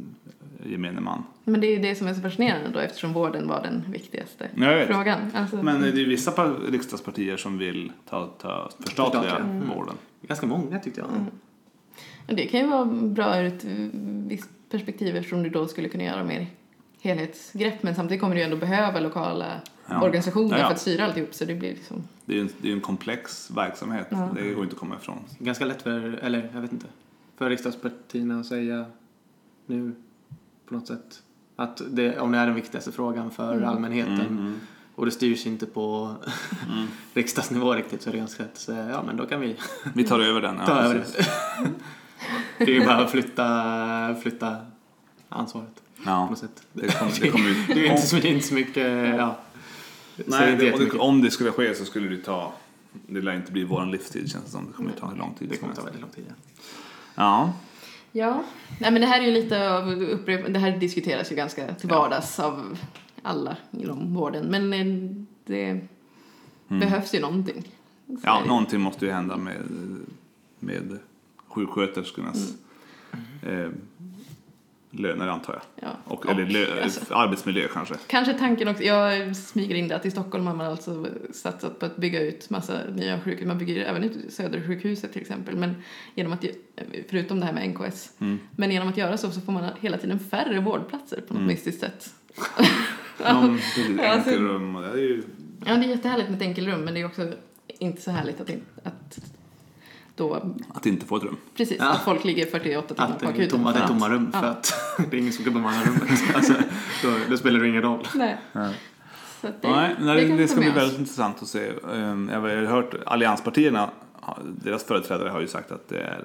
S2: gemene man.
S3: Men det är ju det som är så fascinerande då, eftersom vården var den viktigaste frågan. Alltså,
S2: men det är vissa riksdagspartier som vill ta, ta förstatliga mm. vården.
S1: Ganska många tyckte jag. Mm.
S3: Det kan ju vara bra ur ett visst perspektiv eftersom du då skulle kunna göra mer helhetsgrepp, men samtidigt kommer du ju ändå behöva lokala ja. organisationer ja, ja. för att styra alltihop, så det blir liksom...
S2: Det är ju en, det är en komplex verksamhet, ja. det går inte att komma ifrån.
S1: Ganska lätt för, eller jag vet inte, för riksdagspartierna att säga nu på något sätt att det, om det är den viktigaste frågan för mm. allmänheten mm, mm. och det styrs inte på mm. riksdagsnivå riktigt, så är det ganska lätt att säga, ja men då kan vi
S2: vi tar över den. Ja,
S1: ta över det. Det är ju bara att flytta, flytta ansvaret.
S2: Ja,
S1: på något sätt.
S2: Det, kom, det, kom ut.
S1: Det är inte så, det är inte så mycket, ja.
S2: Nej, det, det, om det skulle ske så skulle det ta, det lär inte bli våran livstid, känns det som. Det kommer ta lång tid.
S1: Det kommer ta väldigt lång tid, ja.
S2: Ja.
S3: Ja, nej men det här är ju lite av upprep- det här diskuteras ju ganska till vardags ja. av alla inom vården, men det mm. behövs ju någonting. Så
S2: ja, någonting måste ju hända med, med sjuksköterskornas mm. eh, löner, antar jag.
S3: Ja.
S2: Och, eller lö- alltså, arbetsmiljö kanske.
S3: Kanske tanken också, jag smyger in det att i Stockholm har man alltså satsat på att bygga ut massa nya sjukhus. Man bygger även ut Södersjukhuset till exempel, men genom att, förutom det här med N K S, mm. men genom att göra så så får man hela tiden färre vårdplatser på något mm. mystiskt sätt.
S2: Någon enkelrum, det är ju...
S3: Ja, det är jättehärligt med ett enkelrum, men det är också inte så härligt att, att då...
S2: Att inte få ett rum.
S3: Precis, ja. Att folk ligger fyrtioåtta timmar på akuten.
S1: Tomma, det är tomma rum för ja. att det är ingen som kan bemanna rummet. Alltså, då, då spelar det ingen roll.
S3: Nej.
S2: Nej.
S3: Så det,
S2: Nej, det,
S3: det,
S2: det ska bli väldigt intressant att se. Jag har hört allianspartierna, deras företrädare har ju sagt att det är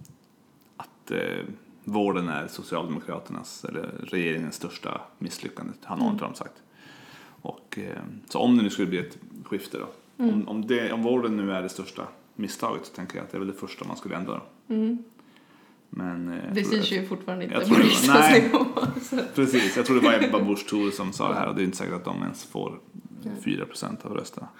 S2: att eh, vården är Socialdemokraternas eller regeringens största misslyckande, har någon mm. av dem sagt. Och, eh, så om det nu skulle bli ett skifte då, mm. om, om, det, om vården nu är det största misstaget, så tänker jag att det är väl det första man skulle ändra då. Mm. Men, eh,
S3: det syns ju fortfarande inte
S2: på
S3: riksdagsnivå.
S2: Precis, jag tror det var Ebba Busch Thor som sa det här, och det är inte säkert att de ens får fyra procent av rösterna.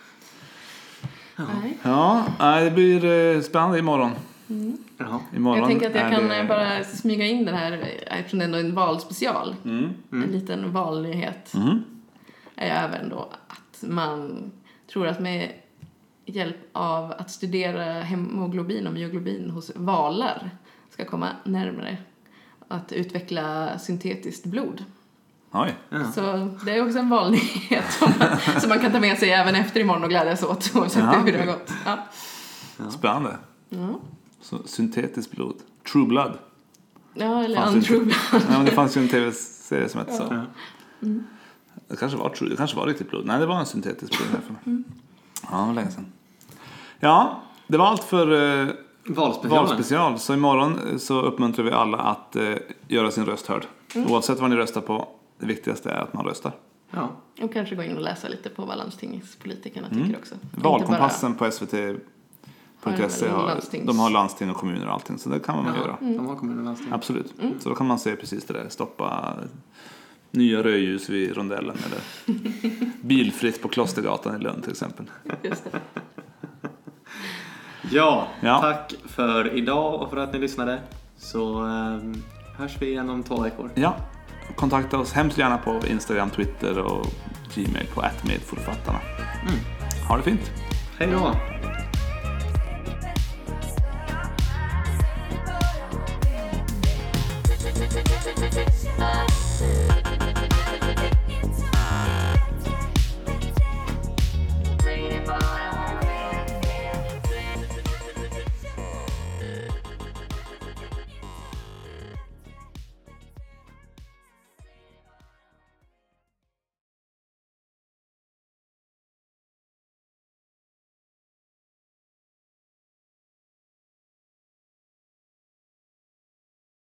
S3: Nej.
S2: Ja, det blir eh, spännande imorgon.
S3: Mm.
S2: imorgon.
S3: Jag tänker att jag kan
S2: det...
S3: bara smyga in den här, eftersom det ändå är en valspecial. Mm. Mm. En liten valnyhet.
S2: Mm.
S3: Är även då att man tror att med hjälp av att studera hemoglobin och myoglobin hos valar ska komma närmare att utveckla syntetiskt blod.
S2: Oj.
S3: Ja. Så det är också en valnyhet som man, som man kan ta med sig även efter imorgon och glädjas åt, oavsett ja, hur det har gått. Ja.
S2: Ja. Spännande.
S3: Mm.
S2: Så syntetiskt blod. True Blood.
S3: Ja, eller untrue blood.
S2: Ja, men det fanns ju en tv-serie som hette så.
S3: Ja. Mm.
S2: Det kanske var true, det kanske var riktigt blod. Nej, det var en syntetisk blod här för mig. Mm. Ja, det var länge sedan. Ja, det var allt för eh, valspecial. Så imorgon så uppmuntrar vi alla att eh, göra sin röst hörd. Mm. Oavsett vad ni röstar på, det viktigaste är att man röstar.
S3: Ja. Och kanske gå in och läsa lite på vad landstingspolitikerna tycker mm. också.
S2: Valkompassen bara... på S V T punkt se har, har de har landsting och kommuner och allting, så det kan man ja, göra.
S1: Mm. De har kommuner och landsting.
S2: Absolut. Mm. Så då kan man se precis det där. Stoppa nya rödljus vid rondellen eller bilfritt på Klostergatan i Lund till exempel.
S3: Just det.
S1: Ja, ja, tack för idag och för att ni lyssnade. Så um, hörs vi igen om två veckor.
S2: Ja, kontakta oss hemskt gärna på Instagram, Twitter och Gmail på at medforfattarna. Mm. Ha det fint.
S1: Hej då.